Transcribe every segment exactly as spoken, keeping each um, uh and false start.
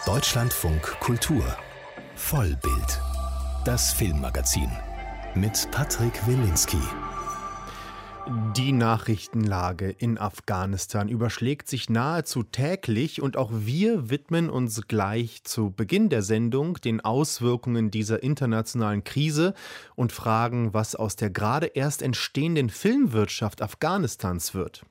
Deutschlandfunk Kultur Vollbild, das Filmmagazin mit Patrick Wilinski. Die Nachrichtenlage in Afghanistan überschlägt sich nahezu täglich und auch wir widmen uns gleich zu Beginn der Sendung den Auswirkungen dieser internationalen Krise und fragen, was aus der gerade erst entstehenden Filmwirtschaft Afghanistans wird.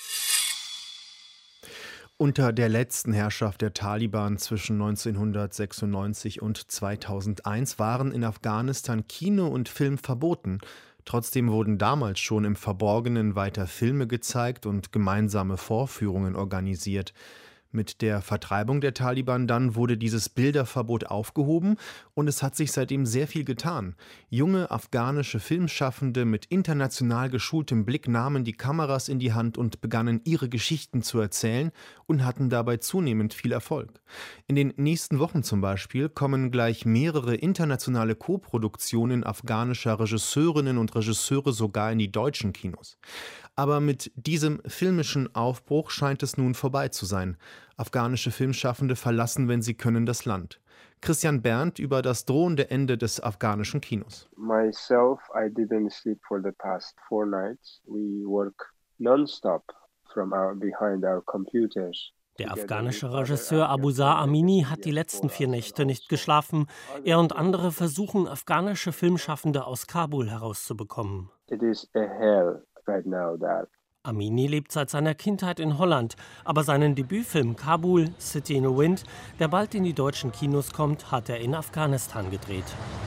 Unter der letzten Herrschaft der Taliban zwischen neunzehnhundertsechsundneunzig und zweitausendeins waren in Afghanistan Kino und Film verboten. Trotzdem wurden damals schon im Verborgenen weiter Filme gezeigt und gemeinsame Vorführungen organisiert. Mit der Vertreibung der Taliban dann wurde dieses Bilderverbot aufgehoben und es hat sich seitdem sehr viel getan. Junge afghanische Filmschaffende mit international geschultem Blick nahmen die Kameras in die Hand und begannen ihre Geschichten zu erzählen und hatten dabei zunehmend viel Erfolg. In den nächsten Wochen zum Beispiel kommen gleich mehrere internationale Koproduktionen afghanischer Regisseurinnen und Regisseure sogar in die deutschen Kinos. Aber mit diesem filmischen Aufbruch scheint es nun vorbei zu sein. Afghanische Filmschaffende verlassen, wenn sie können, das Land. Christian Berndt über das drohende Ende des afghanischen Kinos. Myself, I didn't sleep for the past four nights. We work non-stop from our behind our computers. Der afghanische Regisseur Abuzar Amini hat die letzten vier Nächte nicht geschlafen. Er und andere versuchen, afghanische Filmschaffende aus Kabul herauszubekommen. It is a hell right now there. Amini lebt seit seiner Kindheit in Holland, aber seinen Debütfilm Kabul, City in the Wind, der bald in die deutschen Kinos kommt, hat er in Afghanistan gedreht.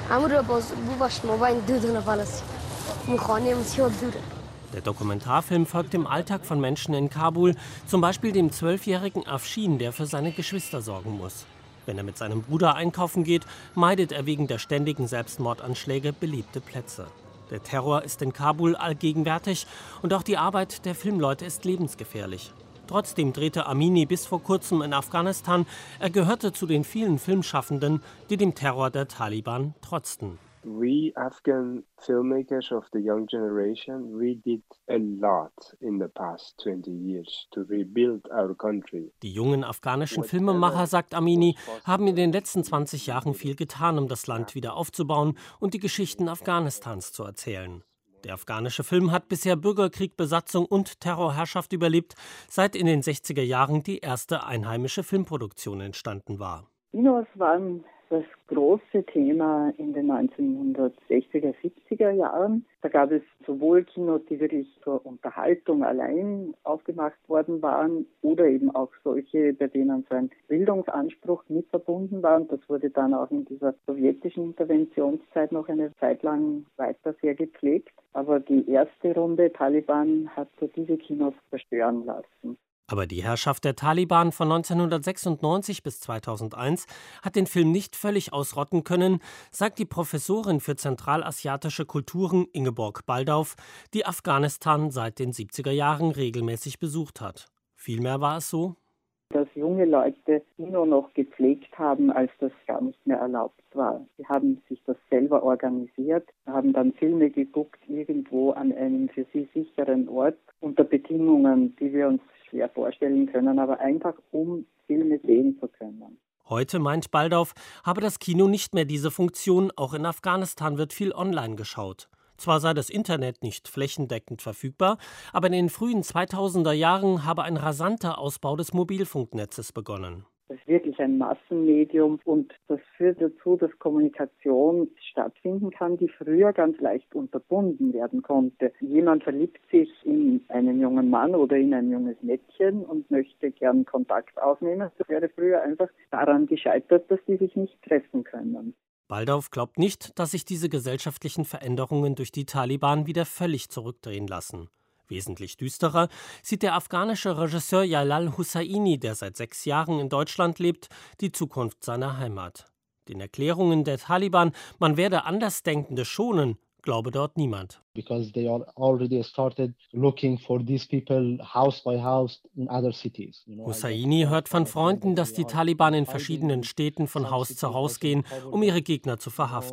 Der Dokumentarfilm folgt dem Alltag von Menschen in Kabul, zum Beispiel dem zwölfjährigen Afshin, der für seine Geschwister sorgen muss. Wenn er mit seinem Bruder einkaufen geht, meidet er wegen der ständigen Selbstmordanschläge beliebte Plätze. Der Terror ist in Kabul allgegenwärtig und auch die Arbeit der Filmleute ist lebensgefährlich. Trotzdem drehte Amini bis vor kurzem in Afghanistan. Er gehörte zu den vielen Filmschaffenden, die dem Terror der Taliban trotzten. We Afghan filmmakers of the young generation, we did a lot in the past twenty years to rebuild our country. Die jungen afghanischen Filmemacher, sagt Amini, haben in den letzten zwanzig Jahren viel getan, um das Land wieder aufzubauen und die Geschichten Afghanistans zu erzählen. Der afghanische Film hat bisher Bürgerkrieg, Besatzung und Terrorherrschaft überlebt, seit in den sechziger Jahren die erste einheimische Filmproduktion entstanden war. Kinos waren das große Thema in den neunzehnhundertsechziger, siebziger Jahren. Da gab es sowohl Kinos, die wirklich zur Unterhaltung allein aufgemacht worden waren, oder eben auch solche, bei denen so ein Bildungsanspruch mit verbunden war. Und das wurde dann auch in dieser sowjetischen Interventionszeit noch eine Zeit lang weiter sehr gepflegt. Aber die erste Runde Taliban hat diese Kinos zerstören lassen. Aber die Herrschaft der Taliban von neunzehnhundertsechsundneunzig bis zweitausendeins hat den Film nicht völlig ausrotten können, sagt die Professorin für zentralasiatische Kulturen Ingeborg Baldauf, die Afghanistan seit den siebziger Jahren regelmäßig besucht hat. Vielmehr war es so, dass junge Leute Kino noch gepflegt haben, als das gar nicht mehr erlaubt war. Sie haben sich das selber organisiert, haben dann Filme geguckt, irgendwo an einem für sie sicheren Ort, unter Bedingungen, die wir uns schwer vorstellen können, aber einfach um Filme sehen zu können. Heute, meint Baldauf, habe das Kino nicht mehr diese Funktion, auch in Afghanistan wird viel online geschaut. Zwar sei das Internet nicht flächendeckend verfügbar, aber in den frühen zweitausender Jahren habe ein rasanter Ausbau des Mobilfunknetzes begonnen. Das ist wirklich ein Massenmedium und das führt dazu, dass Kommunikation stattfinden kann, die früher ganz leicht unterbunden werden konnte. Jemand verliebt sich in einen jungen Mann oder in ein junges Mädchen und möchte gern Kontakt aufnehmen. Das wäre früher einfach daran gescheitert, dass die sich nicht treffen können. Baldauf glaubt nicht, dass sich diese gesellschaftlichen Veränderungen durch die Taliban wieder völlig zurückdrehen lassen. Wesentlich düsterer sieht der afghanische Regisseur Jalal Hussaini, der seit sechs Jahren in Deutschland lebt, die Zukunft seiner Heimat. Den Erklärungen der Taliban, man werde Andersdenkende schonen, glaube dort niemand. Because they are already started looking for these people house by house in other cities. Hussaini hört von Freunden, dass die Taliban in verschiedenen Städten von Haus zu Haus gehen, um ihre Gegner zu verhaften.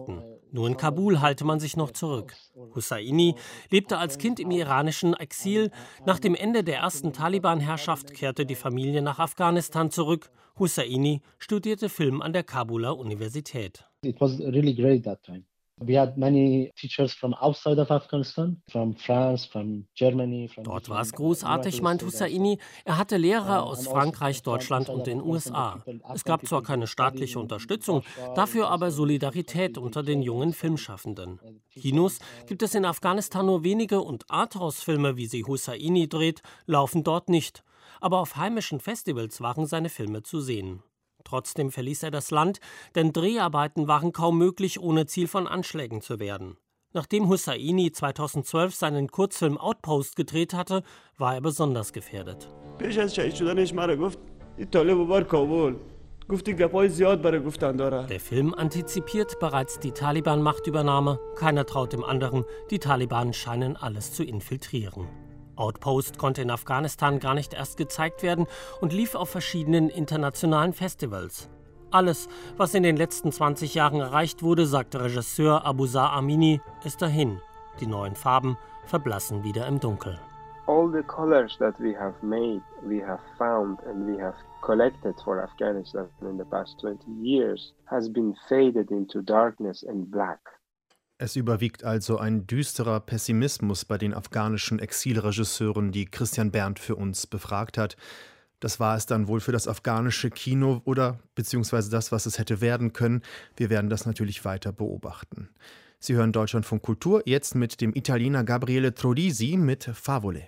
Nur in Kabul halte man sich noch zurück. Hussaini lebte als Kind im iranischen Exil. Nach dem Ende der ersten Taliban-Herrschaft kehrte die Familie nach Afghanistan zurück. Hussaini studierte Film an der Kabuler Universität. It was really great that time. We had many teachers from outside of Afghanistan, from France, from Germany. From Dort war es großartig, meint Hussaini. Er hatte Lehrer aus Frankreich, Deutschland und den U S A. Es gab zwar keine staatliche Unterstützung, dafür aber Solidarität unter den jungen Filmschaffenden. Kinos gibt es in Afghanistan nur wenige und Arthouse-Filme, wie sie Hussaini dreht, laufen dort nicht. Aber auf heimischen Festivals waren seine Filme zu sehen. Trotzdem verließ er das Land, denn Dreharbeiten waren kaum möglich, ohne Ziel von Anschlägen zu werden. Nachdem Hussaini zweitausendzwölf seinen Kurzfilm Outpost gedreht hatte, war er besonders gefährdet. Der Film antizipiert bereits die Taliban-Machtübernahme. Keiner traut dem anderen. Die Taliban scheinen alles zu infiltrieren. Outpost konnte in Afghanistan gar nicht erst gezeigt werden und lief auf verschiedenen internationalen Festivals. Alles, was in den letzten zwanzig Jahren erreicht wurde, sagte Regisseur Abuzar Amini, ist dahin. Die neuen Farben verblassen wieder im Dunkel. All the colors that we have made, we have found and we have collected for Afghanistan in the past twenty years has been faded into darkness and black. Es überwiegt also ein düsterer Pessimismus bei den afghanischen Exilregisseuren, die Christian Berndt für uns befragt hat. Das war es dann wohl für das afghanische Kino oder beziehungsweise das, was es hätte werden können. Wir werden das natürlich weiter beobachten. Sie hören Deutschlandfunk Kultur, jetzt mit dem Italiener Gabriele Trolisi mit Favole.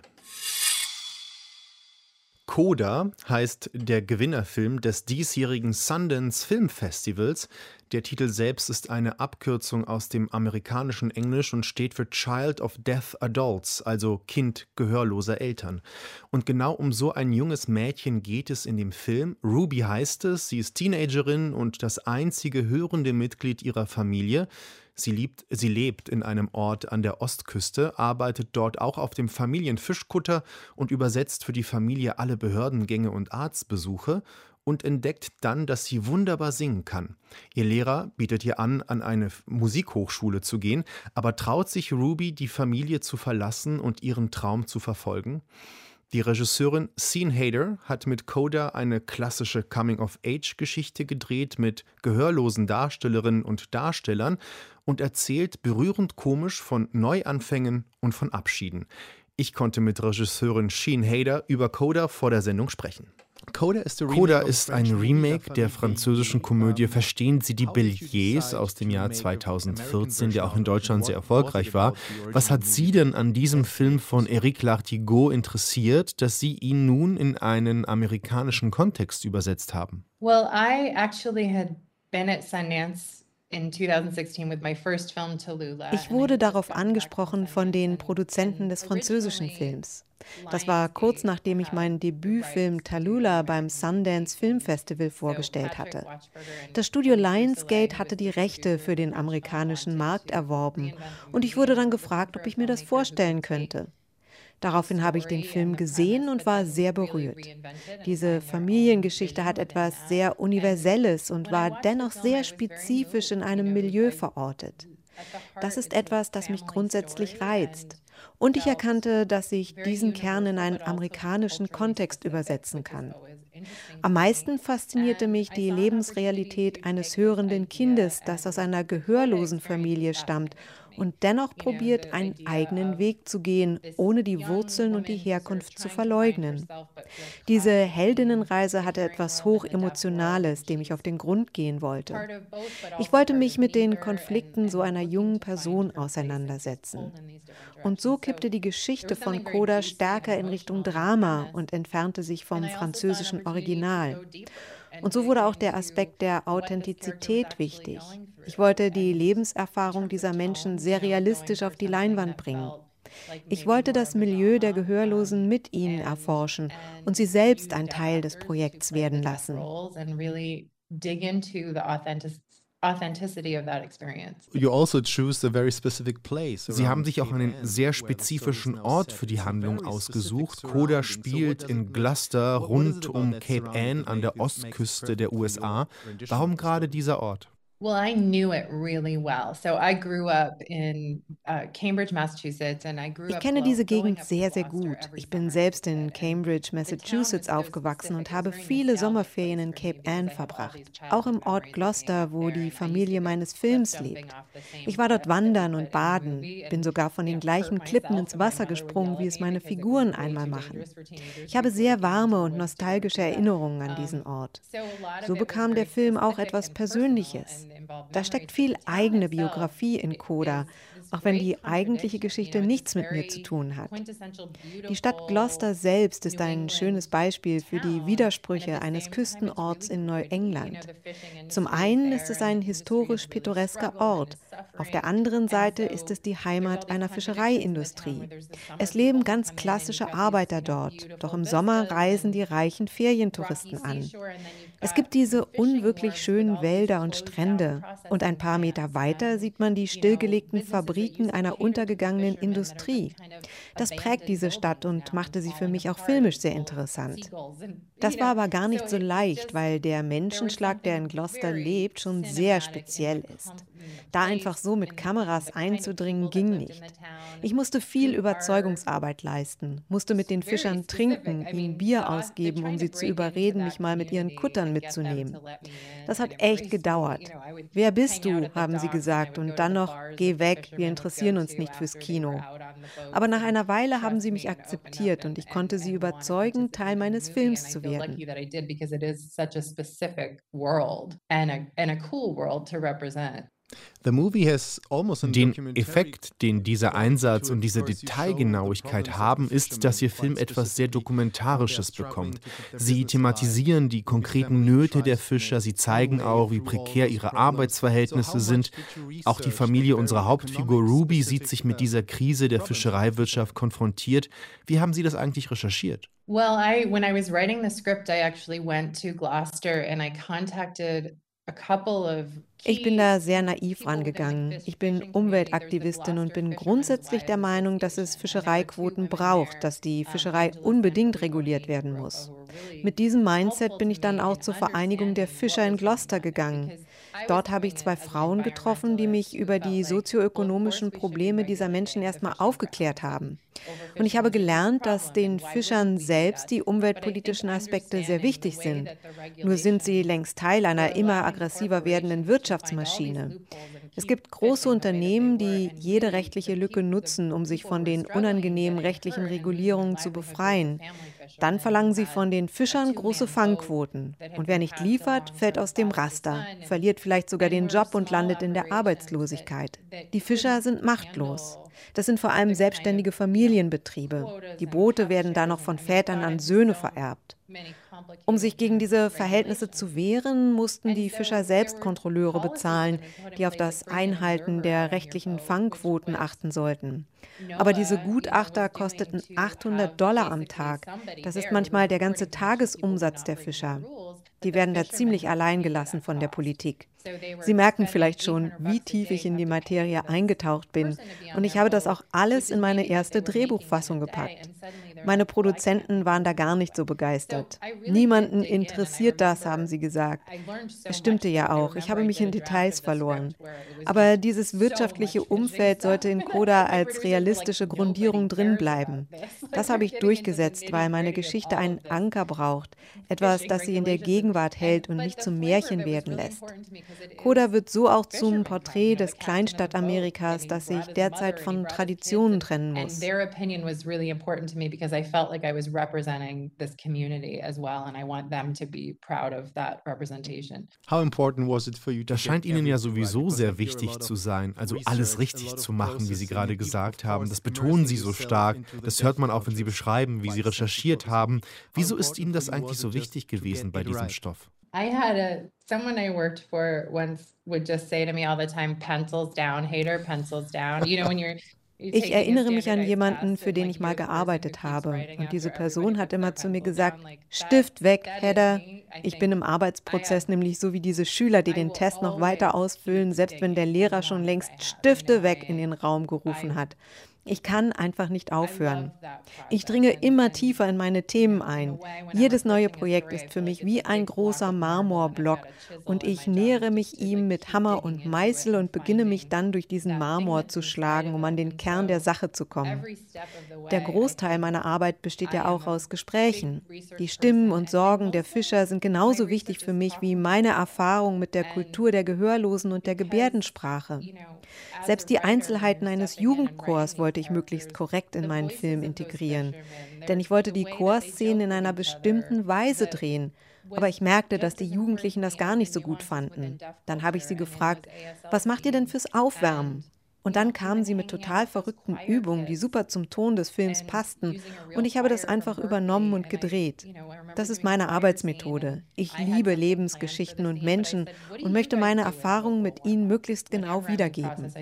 Coda heißt der Gewinnerfilm des diesjährigen Sundance Film Festivals. Der Titel selbst ist eine Abkürzung aus dem amerikanischen Englisch und steht für Child of Deaf Adults, also Kind gehörloser Eltern. Und genau um so ein junges Mädchen geht es in dem Film. Ruby heißt es, sie ist Teenagerin und das einzige hörende Mitglied ihrer Familie. Sie, liebt, sie lebt in einem Ort an der Ostküste, arbeitet dort auch auf dem Familienfischkutter und übersetzt für die Familie alle Behördengänge und Arztbesuche und entdeckt dann, dass sie wunderbar singen kann. Ihr Lehrer bietet ihr an, an eine Musikhochschule zu gehen, aber traut sich Ruby, die Familie zu verlassen und ihren Traum zu verfolgen? Die Regisseurin Sian Heder hat mit Coda eine klassische Coming-of-Age-Geschichte gedreht mit gehörlosen Darstellerinnen und Darstellern und erzählt berührend komisch von Neuanfängen und von Abschieden. Ich konnte mit Regisseurin Sian Heder über Coda vor der Sendung sprechen. Coda ist ein Remake der französischen Komödie Verstehen Sie die Béliers aus dem Jahr zweitausendvierzehn, der auch in Deutschland sehr erfolgreich war. Was hat Sie denn an diesem Film von Éric Lartigot interessiert, dass Sie ihn nun in einen amerikanischen Kontext übersetzt haben? Well, I actually had been at Sundance in twenty sixteen with my first film Tallulah. Ich wurde darauf angesprochen von den Produzenten des französischen Films. Das war kurz nachdem ich meinen Debütfilm Tallulah beim Sundance Film Festival vorgestellt hatte. Das Studio Lionsgate hatte die Rechte für den amerikanischen Markt erworben und ich wurde dann gefragt, ob ich mir das vorstellen könnte. Daraufhin habe ich den Film gesehen und war sehr berührt. Diese Familiengeschichte hat etwas sehr Universelles und war dennoch sehr spezifisch in einem Milieu verortet. Das ist etwas, das mich grundsätzlich reizt. Und ich erkannte, dass ich diesen Kern in einen amerikanischen Kontext übersetzen kann. Am meisten faszinierte mich die Lebensrealität eines hörenden Kindes, das aus einer gehörlosen Familie stammt und dennoch probiert, einen eigenen Weg zu gehen, ohne die Wurzeln und die Herkunft zu verleugnen. Diese Heldinnenreise hatte etwas Hochemotionales, dem ich auf den Grund gehen wollte. Ich wollte mich mit den Konflikten so einer jungen Person auseinandersetzen. Und so kippte die Geschichte von Coda stärker in Richtung Drama und entfernte sich vom französischen Original. Und so wurde auch der Aspekt der Authentizität wichtig. Ich wollte die Lebenserfahrung dieser Menschen sehr realistisch auf die Leinwand bringen. Ich wollte das Milieu der Gehörlosen mit ihnen erforschen und sie selbst ein Teil des Projekts werden lassen. Sie haben sich auch einen sehr spezifischen Ort für die Handlung ausgesucht. Coda spielt in Gloucester rund um Cape Ann an der Ostküste der U S A. Warum gerade dieser Ort? Well, I knew it really well. So I grew up in uh, Cambridge, Massachusetts, and I grew Ich up kenne glo- diese going Gegend up to sehr, sehr Gloucester gut. every Ich bin summer selbst to in visit. And Cambridge, the town Massachusetts was so aufgewachsen und specific. habe It's a very viele nostalgic Sommerferien place in for me Cape because Ann I have all verbracht. these Auch childhood im Ort memories of being Gloucester, up wo there. die And I used to Familie get meines clips Films jumping lebt. off the same Ich war dort cliffs that we wandern und put in the baden, movie bin and, sogar von you den know, hurt gleichen Klippen myself ins and my Wasser mother would gesprungen, yell wie at es me meine because it was Figuren way einmal too machen. dangerous for teenagers Ich to habe be sehr breaking into warme und woods to go nostalgische do that. Erinnerungen an Um, diesen Ort. so a lot So of it was bekam der very Film auch specific etwas and personal Persönliches. and involved Da memories, steckt but viel the town eigene itself Biografie in i- Coda, is this auch wenn great die eigentliche contradiction. You Geschichte know, it's nichts this mit mir zu very tun hat. quintessential, Die Stadt Gloucester beautiful selbst ist New ein England schönes Beispiel für die town, and at Widersprüche the eines same time, it's Küstenorts really in gritty. You know, Neuengland. the fishing Zum industry is einen ist there es and ein the industry is really historisch-pittoresker struggling and Ort. is Auf der suffering. anderen And Seite ist so es die there's all Heimat these einer contradictions in the town Fischereiindustrie. where there's the summer Es leben people who ganz come in and you've klassische got these, Arbeiter you know, dort, doch beautiful im Sommer vistas reisen die and reichen rocky Ferientouristen an. seashore, and then you've Es got gibt diese fishing unwirklich wharves with schönen all these Wälder und closed down Strände. Und ein processing paar Meter plants weiter and, sieht man die you know, stillgelegten businesses that Fabriken used to einer cater to the untergegangenen fishermen that are just Industrie. kind of Das prägt abandoned diese Stadt buildings und now and machte sie für falling mich auch apart filmisch and sehr full of interessant. seagulls and, you Das know, war aber gar so nicht so it, it leicht, just, weil der there was Menschenschlag, der in something Gloucester very lebt, schon sehr cinematic in the speziell ist. com- in the Da place einfach so mit and Kameras the kind of einzudringen, people that ging lived in nicht. the town Ich musste viel who are Überzeugungsarbeit leisten, musste mit den very Fischern specific. trinken, I ihnen mean, Bier the, they're ausgeben, um trying to sie zu break into überreden, that mich mal mit ihren community Kuttern and get them mitzunehmen. to let me in Das and hat echt embrace me. gedauert. You know, I would Wer bist hang out du, at the haben sie docks and I gesagt, would go und to dann the noch, bars geh that the weg, wir fishermen would interessieren go uns to nicht fürs after they were Kino. out on the boats Aber nach and einer Weile haben trust sie me mich and open up akzeptiert und and, ich and, konnte sie and wanna überzeugen, Teil participate in the meines movie. And Films I zu feel werden. lucky that I did because it is such a specific world and a, and a cool world to represent. Den Effekt, den dieser Einsatz und diese Detailgenauigkeit haben, ist, dass Ihr Film etwas sehr Dokumentarisches bekommt. Sie thematisieren die konkreten Nöte der Fischer, sie zeigen auch, wie prekär ihre Arbeitsverhältnisse sind. Auch die Familie unserer Hauptfigur Ruby sieht sich mit dieser Krise der Fischereiwirtschaft konfrontiert. Wie haben Sie das eigentlich recherchiert? Well, I when I was writing the script, I actually went to Gloucester and I contacted a couple of Ich bin da sehr naiv rangegangen. Ich bin Umweltaktivistin und bin grundsätzlich der Meinung, dass es Fischereiquoten braucht, dass die Fischerei unbedingt reguliert werden muss. Mit diesem Mindset bin ich dann auch zur Vereinigung der Fischer in Gloucester gegangen. Dort habe ich zwei Frauen getroffen, die mich über die sozioökonomischen Probleme dieser Menschen erstmal aufgeklärt haben. Und ich habe gelernt, dass den Fischern selbst die umweltpolitischen Aspekte sehr wichtig sind. Nur sind sie längst Teil einer immer aggressiver werdenden Wirtschaftsmaschine. Es gibt große Unternehmen, die jede rechtliche Lücke nutzen, um sich von den unangenehmen rechtlichen Regulierungen zu befreien. Dann verlangen sie von den Fischern große Fangquoten. Und wer nicht liefert, fällt aus dem Raster, verliert vielleicht sogar den Job und landet in der Arbeitslosigkeit. Die Fischer sind machtlos. Das sind vor allem selbstständige Familienbetriebe. Die Boote werden da noch von Vätern an Söhne vererbt. Um sich gegen diese Verhältnisse zu wehren, mussten die Fischer selbst Kontrolleure bezahlen, die auf das Einhalten der rechtlichen Fangquoten achten sollten. Aber diese Gutachter kosteten achthundert Dollar am Tag. Das ist manchmal der ganze Tagesumsatz der Fischer. Die werden da ziemlich allein gelassen von der Politik. Sie merken vielleicht schon, wie tief ich in die Materie eingetaucht bin. Und ich habe das auch alles in meine erste Drehbuchfassung gepackt. Meine Produzenten waren da gar nicht so begeistert. Niemanden interessiert das, haben sie gesagt. Es stimmte ja auch, ich habe mich in Details verloren. Aber dieses wirtschaftliche Umfeld sollte in Coda als realistische Grundierung drinbleiben. Das habe ich durchgesetzt, weil meine Geschichte einen Anker braucht. Etwas, das sie in der Gegenwart hält und nicht zum Märchen werden lässt. Coda wird so auch zum Porträt des Kleinstadtamerikas, das sich derzeit von Traditionen trennen muss. And their opinion was really important to me because I felt like I was representing this community as well, and I want them to be proud of that representation. Das scheint Ihnen ja sowieso sehr wichtig zu sein, also alles richtig zu machen, wie Sie gerade gesagt haben. Das betonen Sie so stark. Das hört man auch, wenn Sie beschreiben, wie Sie recherchiert haben. Wieso ist Ihnen das eigentlich so wichtig gewesen bei diesem Stoff? I had a someone I worked for once would just say to me all the time, pencils down, hater, pencils down. You know, when you're Ich erinnere mich an jemanden, für den ich mal gearbeitet habe. Und diese Person hat immer zu mir gesagt, Stift weg, Heather. Ich bin im Arbeitsprozess nämlich so wie diese Schüler, die den Test noch weiter ausfüllen, selbst wenn der Lehrer schon längst Stifte weg in den Raum gerufen hat. Ich kann einfach nicht aufhören. Ich dringe immer tiefer in meine Themen ein. Jedes neue Projekt ist für mich wie ein großer Marmorblock und ich nähere mich ihm mit Hammer und Meißel und beginne mich dann durch diesen Marmor zu schlagen, um an den Kern der Sache zu kommen. Der Großteil meiner Arbeit besteht ja auch aus Gesprächen. Die Stimmen und Sorgen der Fischer sind genauso wichtig für mich wie meine Erfahrung mit der Kultur der Gehörlosen und der Gebärdensprache. Selbst die Einzelheiten eines Jugendchors wollte ich möglichst korrekt in meinen Film integrieren. Denn ich wollte die Chorszenen in einer bestimmten Weise drehen. Aber ich merkte, dass die Jugendlichen das gar nicht so gut fanden. Dann habe ich sie gefragt, was macht ihr denn fürs Aufwärmen? Und dann kamen sie mit total verrückten Übungen, die super zum Ton des Films passten. Und ich habe das einfach übernommen und gedreht. Das ist meine Arbeitsmethode. Ich liebe Lebensgeschichten und Menschen und möchte meine Erfahrungen mit ihnen möglichst genau wiedergeben.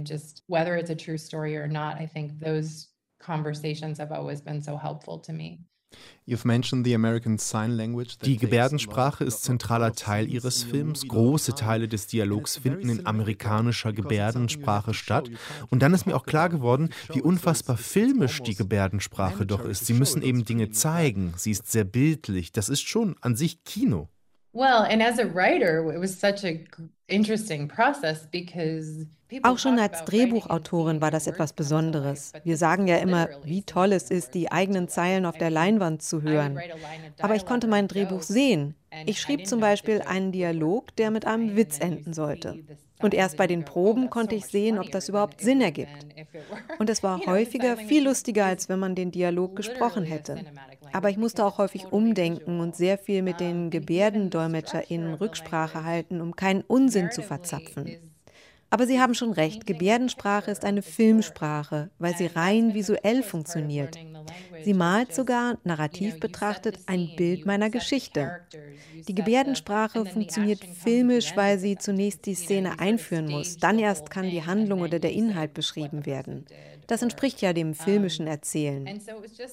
Die Gebärdensprache ist zentraler Teil Ihres Films. Große Teile des Dialogs finden in amerikanischer Gebärdensprache statt. Und dann ist mir auch klar geworden, wie unfassbar filmisch die Gebärdensprache doch ist. Sie müssen eben Dinge zeigen. Sie ist sehr bildlich. Das ist schon an sich Kino. Well, and as a writer, it was such a interesting process because Auch schon als Drehbuchautorin war das etwas Besonderes. Wir sagen ja immer, wie toll es ist, die eigenen Zeilen auf der Leinwand zu hören. Aber ich konnte mein Drehbuch sehen. Ich schrieb zum Beispiel einen Dialog, der mit einem Witz enden sollte. Und erst bei den Proben konnte ich sehen, ob das überhaupt Sinn ergibt. Und es war häufiger viel lustiger, als wenn man den Dialog gesprochen hätte. Aber ich musste auch häufig umdenken und sehr viel mit den GebärdendolmetscherInnen Rücksprache halten, um keinen Unsinn zu verzapfen. Aber Sie haben schon recht, Gebärdensprache ist eine Filmsprache, weil sie rein visuell funktioniert. Sie malt sogar, narrativ betrachtet, ein Bild meiner Geschichte. Die Gebärdensprache funktioniert filmisch, weil sie zunächst die Szene einführen muss. Dann erst kann die Handlung oder der Inhalt beschrieben werden. Das entspricht ja dem filmischen Erzählen.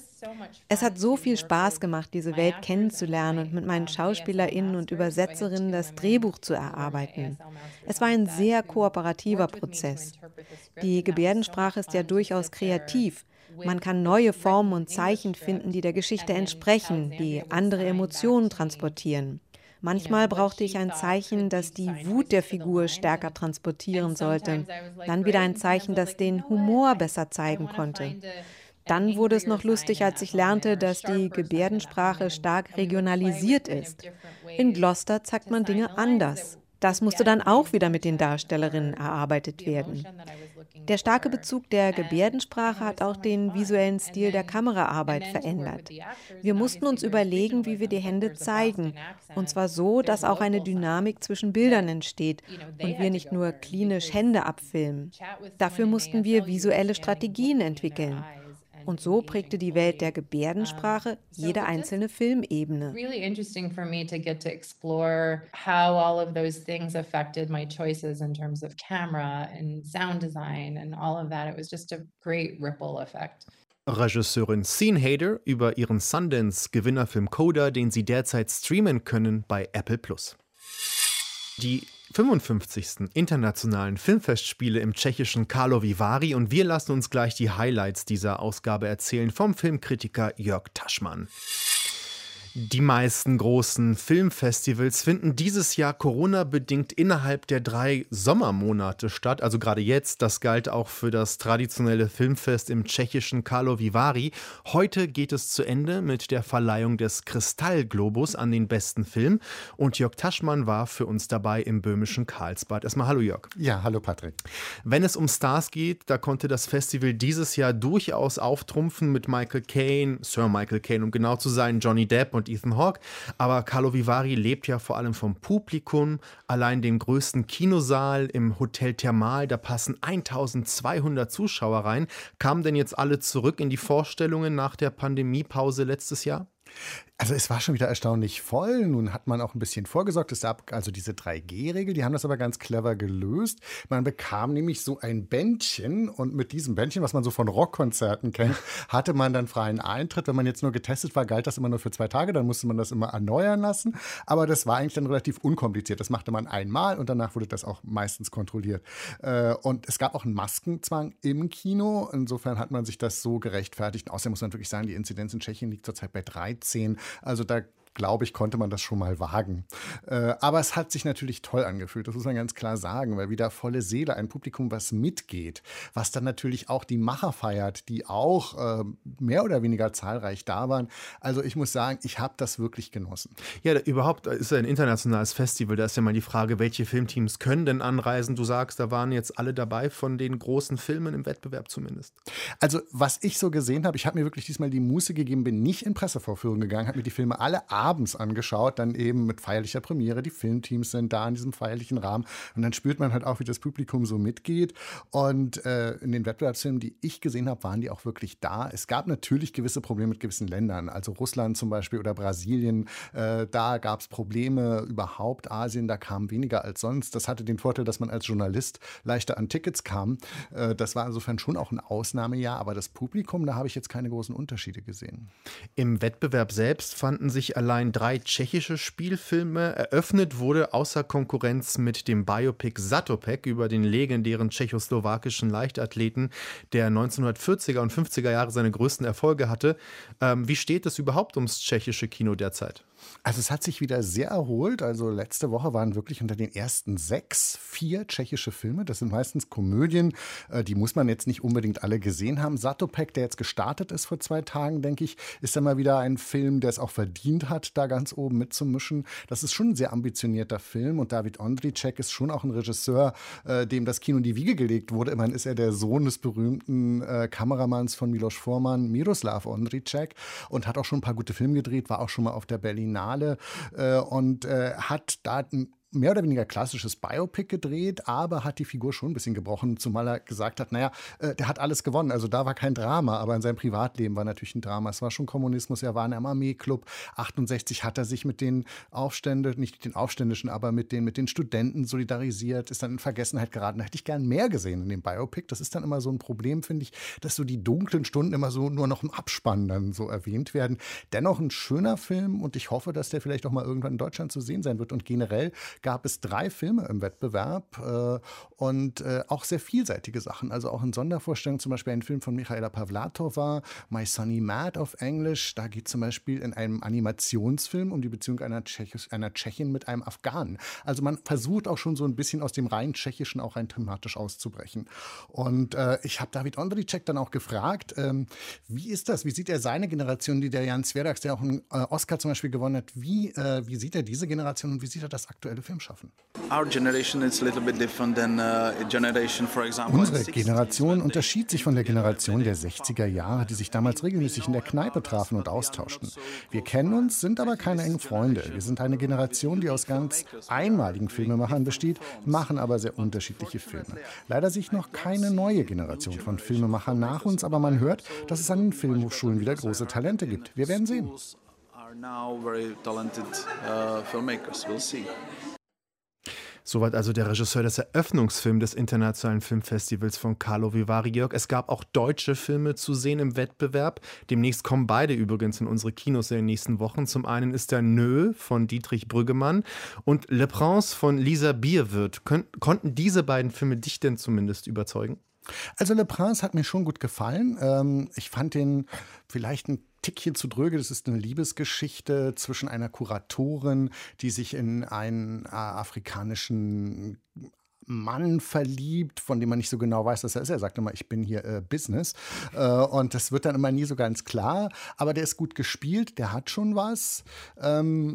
Es hat so viel Spaß gemacht, diese Welt kennenzulernen und mit meinen SchauspielerInnen und Übersetzerinnen das Drehbuch zu erarbeiten. Es war ein sehr kooperativer Prozess. Die Gebärdensprache ist ja durchaus kreativ. Man kann neue Formen und Zeichen finden, die der Geschichte entsprechen, die andere Emotionen transportieren. Manchmal brauchte ich ein Zeichen, das die Wut der Figur stärker transportieren sollte. Dann wieder ein Zeichen, das den Humor besser zeigen konnte. Dann wurde es noch lustig, als ich lernte, dass die Gebärdensprache stark regionalisiert ist. In Gloucester zeigt man Dinge anders. Das musste dann auch wieder mit den Darstellerinnen erarbeitet werden. Der starke Bezug der Gebärdensprache hat auch den visuellen Stil der Kameraarbeit verändert. Wir mussten uns überlegen, wie wir die Hände zeigen, und zwar so, dass auch eine Dynamik zwischen Bildern entsteht und wir nicht nur klinisch Hände abfilmen. Dafür mussten wir visuelle Strategien entwickeln. Und so prägte die Welt der Gebärdensprache jede einzelne Filmebene. Really interesting for me to get to explore how all of those things affected my choices in terms of camera and sound design and all of that. It was just a great ripple effect. Regisseurin Sian Heder über ihren Sundance-Gewinnerfilm Coda, den Sie derzeit streamen können bei Apple Plus. Die fünfundfünfzigsten internationalen Filmfestspiele im tschechischen Karlovy Vary und wir lassen uns gleich die Highlights dieser Ausgabe erzählen vom Filmkritiker Jörg Taschmann. Die meisten großen Filmfestivals finden dieses Jahr Corona-bedingt innerhalb der drei Sommermonate statt. Also gerade jetzt, das galt auch für das traditionelle Filmfest im tschechischen Karlovy Vary. Heute geht es zu Ende mit der Verleihung des Kristallglobus an den besten Film. Und Jörg Taschmann war für uns dabei im böhmischen Karlsbad. Erstmal hallo Jörg. Ja, hallo Patrick. Wenn es um Stars geht, da konnte das Festival dieses Jahr durchaus auftrumpfen mit Michael Caine, Sir Michael Caine, um genau zu sein, Johnny Depp und Ethan Hawke, aber Karlovy Vary lebt ja vor allem vom Publikum. Allein den größten Kinosaal im Hotel Thermal, da passen eintausendzweihundert Zuschauer rein. Kamen denn jetzt alle zurück in die Vorstellungen nach der Pandemiepause letztes Jahr? Also es war schon wieder erstaunlich voll. Nun hat man auch ein bisschen vorgesorgt. Es gab also diese drei G Regel, die haben das aber ganz clever gelöst. Man bekam nämlich so ein Bändchen und mit diesem Bändchen, was man so von Rockkonzerten kennt, hatte man dann freien Eintritt. Wenn man jetzt nur getestet war, galt das immer nur für zwei Tage, dann musste man das immer erneuern lassen. Aber das war eigentlich dann relativ unkompliziert. Das machte man einmal und danach wurde das auch meistens kontrolliert. Und es gab auch einen Maskenzwang im Kino. Insofern hat man sich das so gerechtfertigt. Außerdem muss man wirklich sagen, die Inzidenz in Tschechien liegt zurzeit bei dreizehn. Also da glaube ich, konnte man das schon mal wagen. Äh, aber es hat sich natürlich toll angefühlt, das muss man ganz klar sagen, weil wieder volle Seele, ein Publikum, was mitgeht, was dann natürlich auch die Macher feiert, die auch äh, mehr oder weniger zahlreich da waren. Also ich muss sagen, ich habe das wirklich genossen. Ja, überhaupt ist es ein internationales Festival. Da ist ja mal die Frage, welche Filmteams können denn anreisen? Du sagst, da waren jetzt alle dabei von den großen Filmen im Wettbewerb zumindest. Also was ich so gesehen habe, ich habe mir wirklich diesmal die Muße gegeben, bin nicht in Pressevorführungen gegangen, habe mir die Filme alle abends angeschaut, dann eben mit feierlicher Premiere. Die Filmteams sind da in diesem feierlichen Rahmen. Und dann spürt man halt auch, wie das Publikum so mitgeht. Und äh, in den Wettbewerbsfilmen, die ich gesehen habe, waren die auch wirklich da. Es gab natürlich gewisse Probleme mit gewissen Ländern. Also Russland zum Beispiel oder Brasilien. Äh, da gab es Probleme. Überhaupt Asien, da kam weniger als sonst. Das hatte den Vorteil, dass man als Journalist leichter an Tickets kam. Äh, das war insofern schon auch ein Ausnahmejahr. Aber das Publikum, da habe ich jetzt keine großen Unterschiede gesehen. Im Wettbewerb selbst fanden sich allein drei tschechische Spielfilme. Eröffnet wurde außer Konkurrenz mit dem Biopic Zatopek über den legendären tschechoslowakischen Leichtathleten, der neunzehnhundertvierziger und fünfziger Jahre seine größten Erfolge hatte. Ähm, wie steht es überhaupt ums tschechische Kino derzeit? Also es hat sich wieder sehr erholt. Also letzte Woche waren wirklich unter den ersten sechs vier tschechische Filme. Das sind meistens Komödien. Die muss man jetzt nicht unbedingt alle gesehen haben. Zatopek, der jetzt gestartet ist vor zwei Tagen, denke ich, ist dann mal wieder ein Film, der es auch verdient hat, da ganz oben mitzumischen. Das ist schon ein sehr ambitionierter Film. Und David Ondříček ist schon auch ein Regisseur, dem das Kino in die Wiege gelegt wurde. Immerhin ist er der Sohn des berühmten Kameramanns von Milos Forman, Miroslav Ondříček, und hat auch schon ein paar gute Filme gedreht, war auch schon mal auf der Berlinale äh, und äh, hat da ein mehr oder weniger klassisches Biopic gedreht, aber hat die Figur schon ein bisschen gebrochen, zumal er gesagt hat, naja, äh, der hat alles gewonnen, also da war kein Drama, aber in seinem Privatleben war natürlich ein Drama. Es war schon Kommunismus, er war in einem Armeeklub. achtundsechzig hat er sich mit den Aufständischen, nicht mit den Aufständischen, aber mit den, mit den Studenten solidarisiert, ist dann in Vergessenheit geraten. Da hätte ich gern mehr gesehen in dem Biopic. Das ist dann immer so ein Problem, finde ich, dass so die dunklen Stunden immer so nur noch im Abspann dann so erwähnt werden. Dennoch ein schöner Film und ich hoffe, dass der vielleicht auch mal irgendwann in Deutschland zu sehen sein wird. Und generell gab es drei Filme im Wettbewerb äh, und äh, auch sehr vielseitige Sachen. Also auch in Sondervorstellungen, zum Beispiel ein Film von Michaela Pavlátova, My Sonny Mad auf Englisch. Da geht zum Beispiel in einem Animationsfilm um die Beziehung einer, Tschechis, einer Tschechin mit einem Afghanen. Also man versucht auch schon so ein bisschen aus dem rein Tschechischen auch rein thematisch auszubrechen. Und äh, ich habe David Ondříček dann auch gefragt, ähm, wie ist das? Wie sieht er seine Generation, die der Jan Svěrák, der auch einen äh, Oscar zum Beispiel gewonnen hat, wie, äh, wie sieht er diese Generation und wie sieht er das aktuelle Film schaffen? Unsere Generation unterschied sich von der Generation der sechziger Jahre, die sich damals regelmäßig in der Kneipe trafen und austauschten. Wir kennen uns, sind aber keine engen Freunde. Wir sind eine Generation, die aus ganz einmaligen Filmemachern besteht, machen aber sehr unterschiedliche Filme. Leider sich noch keine neue Generation von Filmemachern nach uns, aber man hört, dass es an den Filmhochschulen wieder große Talente gibt. Wir werden sehen. Soweit also der Regisseur des Eröffnungsfilms des Internationalen Filmfestivals von Karlovy Vary. Georg, es gab auch deutsche Filme zu sehen im Wettbewerb. Demnächst kommen beide übrigens in unsere Kinos in den nächsten Wochen. Zum einen ist der Nö von Dietrich Brüggemann und Le Prince von Lisa Bierwirth. Kön- konnten diese beiden Filme dich denn zumindest überzeugen? Also Le Prince hat mir schon gut gefallen. Ähm, ich fand den vielleicht ein Tickchen zu dröge. Das ist eine Liebesgeschichte zwischen einer Kuratorin, die sich in einen äh, afrikanischen Mann verliebt, von dem man nicht so genau weiß, dass er ist. Er sagt immer, ich bin hier äh, Business. Äh, und das wird dann immer nie so ganz klar. Aber der ist gut gespielt, der hat schon was. Ähm,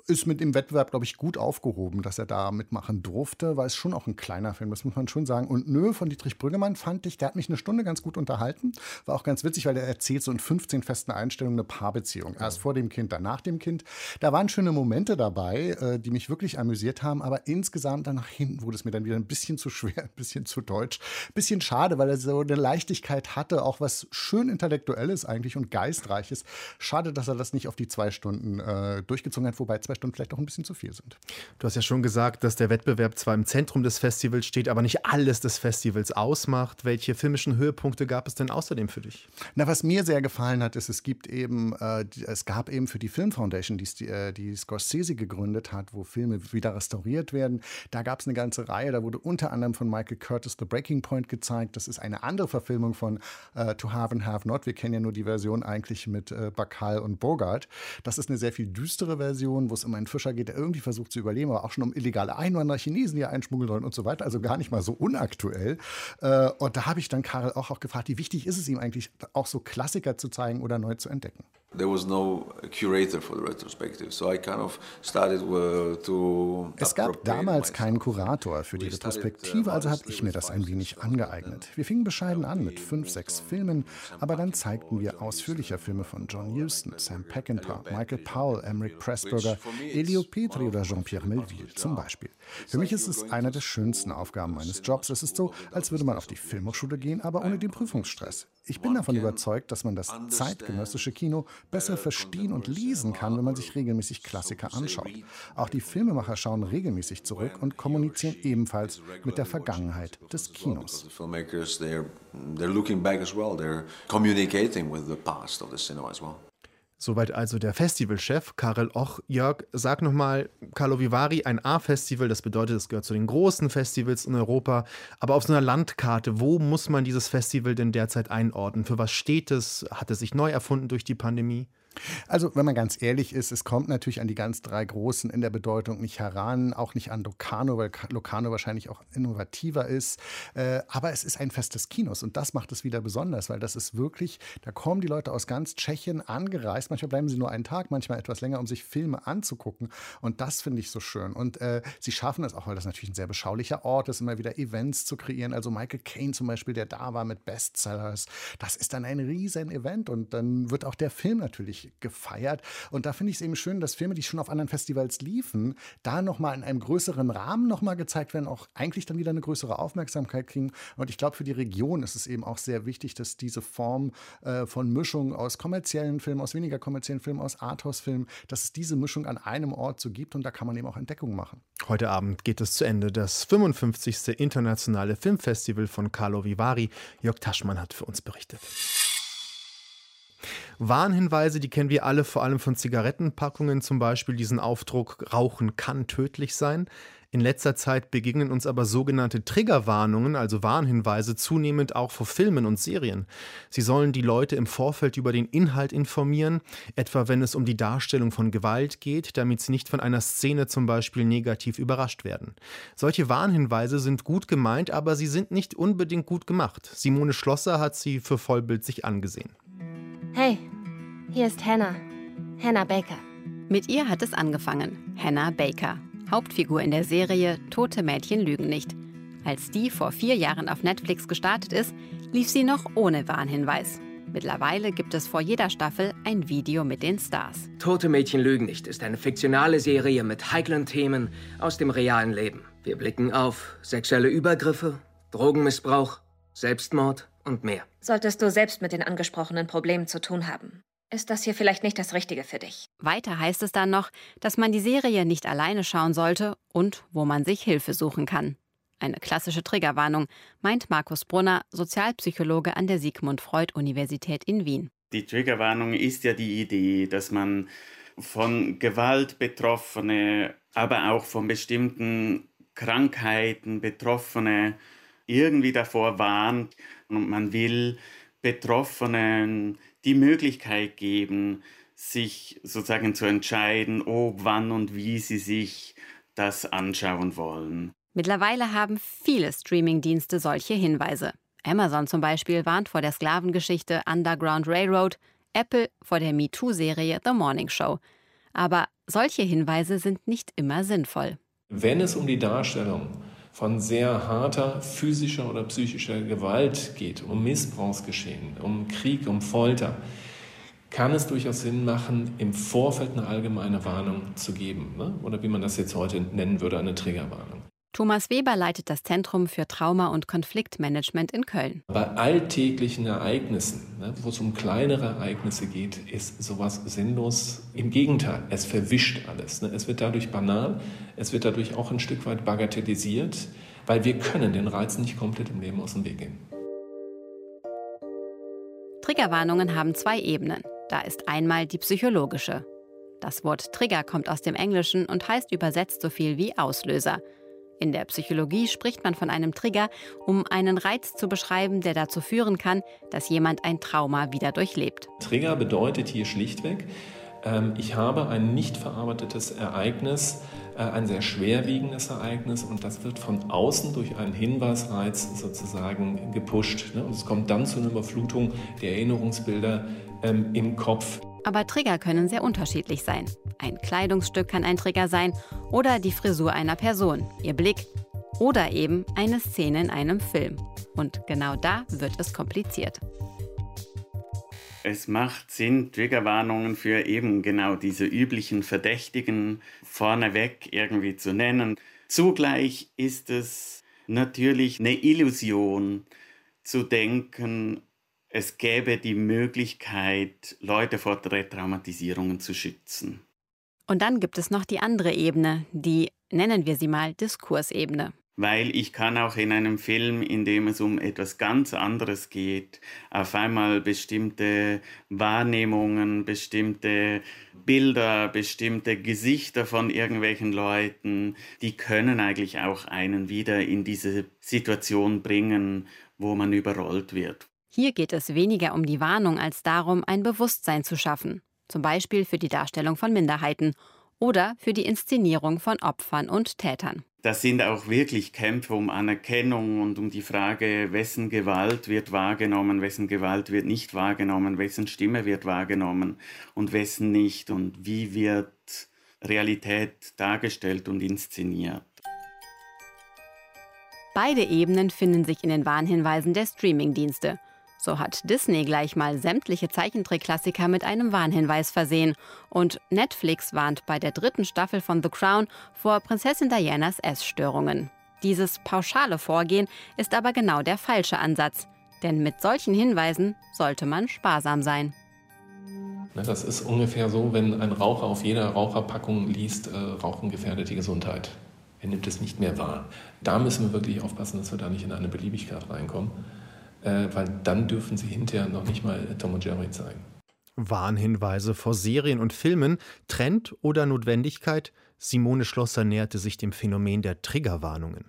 ist mit dem Wettbewerb, glaube ich, gut aufgehoben, dass er da mitmachen durfte, weil es schon auch ein kleiner Film, das muss man schon sagen. Und Nö von Dietrich Brüggemann fand ich, der hat mich eine Stunde ganz gut unterhalten. War auch ganz witzig, weil der erzählt so in fünfzehn festen Einstellungen eine Paarbeziehung. Erst vor dem Kind, dann nach dem Kind. Da waren schöne Momente dabei, die mich wirklich amüsiert haben, aber insgesamt dann nach hinten wurde es mir dann wieder ein bisschen zu schwer, ein bisschen zu deutsch. Ein bisschen schade, weil er so eine Leichtigkeit hatte, auch was schön Intellektuelles eigentlich und Geistreiches. Schade, dass er das nicht auf die zwei Stunden äh, durchgezogen hat, wobei zwei Stunden vielleicht auch ein bisschen zu viel sind. Du hast ja schon gesagt, dass der Wettbewerb zwar im Zentrum des Festivals steht, aber nicht alles des Festivals ausmacht. Welche filmischen Höhepunkte gab es denn außerdem für dich? Na, was mir sehr gefallen hat, ist, es gibt eben, äh, es gab eben für die Film Foundation, die, äh, die Scorsese gegründet hat, wo Filme wieder restauriert werden. Da gab es eine ganze Reihe, da wurde unter anderem von Michael Curtis The Breaking Point gezeigt. Das ist eine andere Verfilmung von äh, To Have and Have Not. Wir kennen ja nur die Version eigentlich mit äh, Bacall und Bogart. Das ist eine sehr viel düstere Version, wo es um einen Fischer geht, der irgendwie versucht zu überleben, aber auch schon um illegale Einwanderer, Chinesen, die er einschmuggeln sollen und so weiter. Also gar nicht mal so unaktuell. Äh, und da habe ich dann Karel auch, auch gefragt, wie wichtig ist es ihm eigentlich, auch so Klassiker zu zeigen oder neu zu entdecken? There was no curator for the retrospective, so I kind of started to. Es gab damals keinen Kurator für die Retrospektive, also habe ich mir das ein wenig angeeignet. Wir fingen bescheiden an mit fünf, sechs Filmen, aber dann zeigten wir ausführlicher Filme von John Huston, Sam Peckinpah, Michael Powell, Emmerich Pressburger, Elio Petri oder Jean-Pierre Melville zum Beispiel. Für mich ist es eine der schönsten Aufgaben meines Jobs. Es ist so, als würde man auf die Filmhochschule gehen, aber ohne den Prüfungsstress. Ich bin davon überzeugt, dass man das zeitgenössische Kino besser verstehen und lesen kann, wenn man sich regelmäßig Klassiker anschaut. Auch die Filmemacher schauen regelmäßig zurück und kommunizieren ebenfalls mit der Vergangenheit des Kinos. Soweit also der Festivalchef Karel Och. Jörg, sag nochmal, Carlo Vivari, ein A-Festival, das bedeutet, es gehört zu den großen Festivals in Europa. Aber auf so einer Landkarte, wo muss man dieses Festival denn derzeit einordnen? Für was steht es? Hat es sich neu erfunden durch die Pandemie? Also, wenn man ganz ehrlich ist, es kommt natürlich an die ganz drei Großen in der Bedeutung nicht heran, auch nicht an Locarno, weil Locarno wahrscheinlich auch innovativer ist. Äh, aber es ist ein Fest des Kinos und das macht es wieder besonders, weil das ist wirklich, da kommen die Leute aus ganz Tschechien angereist. Manchmal bleiben sie nur einen Tag, manchmal etwas länger, um sich Filme anzugucken. Und das finde ich so schön. Und äh, sie schaffen es auch, weil das natürlich ein sehr beschaulicher Ort ist, immer wieder Events zu kreieren. Also Michael Caine zum Beispiel, der da war mit Bestsellers. Das ist dann ein riesen Event und dann wird auch der Film natürlich gefeiert. Und da finde ich es eben schön, dass Filme, die schon auf anderen Festivals liefen, da nochmal in einem größeren Rahmen nochmal gezeigt werden, auch eigentlich dann wieder eine größere Aufmerksamkeit kriegen. Und ich glaube, für die Region ist es eben auch sehr wichtig, dass diese Form äh, von Mischung aus kommerziellen Filmen, aus weniger kommerziellen Filmen, aus Arthouse-Filmen, dass es diese Mischung an einem Ort so gibt und da kann man eben auch Entdeckungen machen. Heute Abend geht es zu Ende. Das fünfundfünfzigste internationale Filmfestival von Carlo Vivari. Jörg Taschmann hat für uns berichtet. Warnhinweise, die kennen wir alle, vor allem von Zigarettenpackungen, zum Beispiel diesen Aufdruck, Rauchen kann tödlich sein. In letzter Zeit begegnen uns aber sogenannte Triggerwarnungen, also Warnhinweise, zunehmend auch vor Filmen und Serien. Sie sollen die Leute im Vorfeld über den Inhalt informieren, etwa wenn es um die Darstellung von Gewalt geht, damit sie nicht von einer Szene zum Beispiel negativ überrascht werden. Solche Warnhinweise sind gut gemeint, aber sie sind nicht unbedingt gut gemacht. Simone Schlosser hat sie für Vollbild sich angesehen. Hey, hier ist Hannah. Hannah Baker. Mit ihr hat es angefangen. Hannah Baker. Hauptfigur in der Serie Tote Mädchen lügen nicht. Als die vor vier Jahren auf Netflix gestartet ist, lief sie noch ohne Warnhinweis. Mittlerweile gibt es vor jeder Staffel ein Video mit den Stars. Tote Mädchen lügen nicht ist eine fiktionale Serie mit heiklen Themen aus dem realen Leben. Wir blicken auf sexuelle Übergriffe, Drogenmissbrauch, Selbstmord und mehr. Solltest du selbst mit den angesprochenen Problemen zu tun haben, ist das hier vielleicht nicht das Richtige für dich. Weiter heißt es dann noch, dass man die Serie nicht alleine schauen sollte und wo man sich Hilfe suchen kann. Eine klassische Triggerwarnung, meint Markus Brunner, Sozialpsychologe an der Sigmund Freud Universität in Wien. Die Triggerwarnung ist ja die Idee, dass man von Gewalt Betroffene, aber auch von bestimmten Krankheiten Betroffene irgendwie davor warnt. Und man will Betroffenen die Möglichkeit geben, sich sozusagen zu entscheiden, ob, wann und wie sie sich das anschauen wollen. Mittlerweile haben viele Streamingdienste solche Hinweise. Amazon zum Beispiel warnt vor der Sklavengeschichte Underground Railroad, Apple vor der MeToo-Serie The Morning Show. Aber solche Hinweise sind nicht immer sinnvoll. Wenn es um die Darstellung von sehr harter physischer oder psychischer Gewalt geht, um Missbrauchsgeschehen, um Krieg, um Folter, kann es durchaus Sinn machen, im Vorfeld eine allgemeine Warnung zu geben, ne? Oder wie man das jetzt heute nennen würde, eine Triggerwarnung. Thomas Weber leitet das Zentrum für Trauma- und Konfliktmanagement in Köln. Bei alltäglichen Ereignissen, ne, wo es um kleinere Ereignisse geht, ist sowas sinnlos. Im Gegenteil, es verwischt alles. Ne? Es wird dadurch banal, es wird dadurch auch ein Stück weit bagatellisiert, weil wir können den Reiz nicht komplett im Leben aus dem Weg gehen. Triggerwarnungen haben zwei Ebenen. Da ist einmal die psychologische. Das Wort Trigger kommt aus dem Englischen und heißt übersetzt so viel wie Auslöser. In der Psychologie spricht man von einem Trigger, um einen Reiz zu beschreiben, der dazu führen kann, dass jemand ein Trauma wieder durchlebt. Trigger bedeutet hier schlichtweg, ähm, ich habe ein nicht verarbeitetes Ereignis, äh, ein sehr schwerwiegendes Ereignis, und das wird von außen durch einen Hinweisreiz sozusagen gepusht. Ne? Und es kommt dann zu einer Überflutung der Erinnerungsbilder ähm, im Kopf. Aber Trigger können sehr unterschiedlich sein. Ein Kleidungsstück kann ein Trigger sein oder die Frisur einer Person, ihr Blick oder eben eine Szene in einem Film. Und genau da wird es kompliziert. Es macht Sinn, Triggerwarnungen für eben genau diese üblichen Verdächtigen vorneweg irgendwie zu nennen. Zugleich ist es natürlich eine Illusion zu denken, es gäbe die Möglichkeit, Leute vor Retraumatisierungen zu schützen. Und dann gibt es noch die andere Ebene, die, nennen wir sie mal, Diskursebene. Weil ich kann auch in einem Film, in dem es um etwas ganz anderes geht, auf einmal bestimmte Wahrnehmungen, bestimmte Bilder, bestimmte Gesichter von irgendwelchen Leuten, die können eigentlich auch einen wieder in diese Situation bringen, wo man überrollt wird. Hier geht es weniger um die Warnung als darum, ein Bewusstsein zu schaffen. Zum Beispiel für die Darstellung von Minderheiten oder für die Inszenierung von Opfern und Tätern. Das sind auch wirklich Kämpfe um Anerkennung und um die Frage, wessen Gewalt wird wahrgenommen, wessen Gewalt wird nicht wahrgenommen, wessen Stimme wird wahrgenommen und wessen nicht und wie wird Realität dargestellt und inszeniert. Beide Ebenen finden sich in den Warnhinweisen der Streamingdienste. So hat Disney gleich mal sämtliche Zeichentrickklassiker mit einem Warnhinweis versehen. Und Netflix warnt bei der dritten Staffel von The Crown vor Prinzessin Dianas Essstörungen. Dieses pauschale Vorgehen ist aber genau der falsche Ansatz. Denn mit solchen Hinweisen sollte man sparsam sein. Das ist ungefähr so, wenn ein Raucher auf jeder Raucherpackung liest, äh, Rauchen gefährdet die Gesundheit. Er nimmt es nicht mehr wahr. Da müssen wir wirklich aufpassen, dass wir da nicht in eine Beliebigkeit reinkommen. Äh, weil dann dürfen sie hinterher noch nicht mal Tom und Jerry zeigen. Warnhinweise vor Serien und Filmen, Trend oder Notwendigkeit? Simone Schlosser näherte sich dem Phänomen der Triggerwarnungen.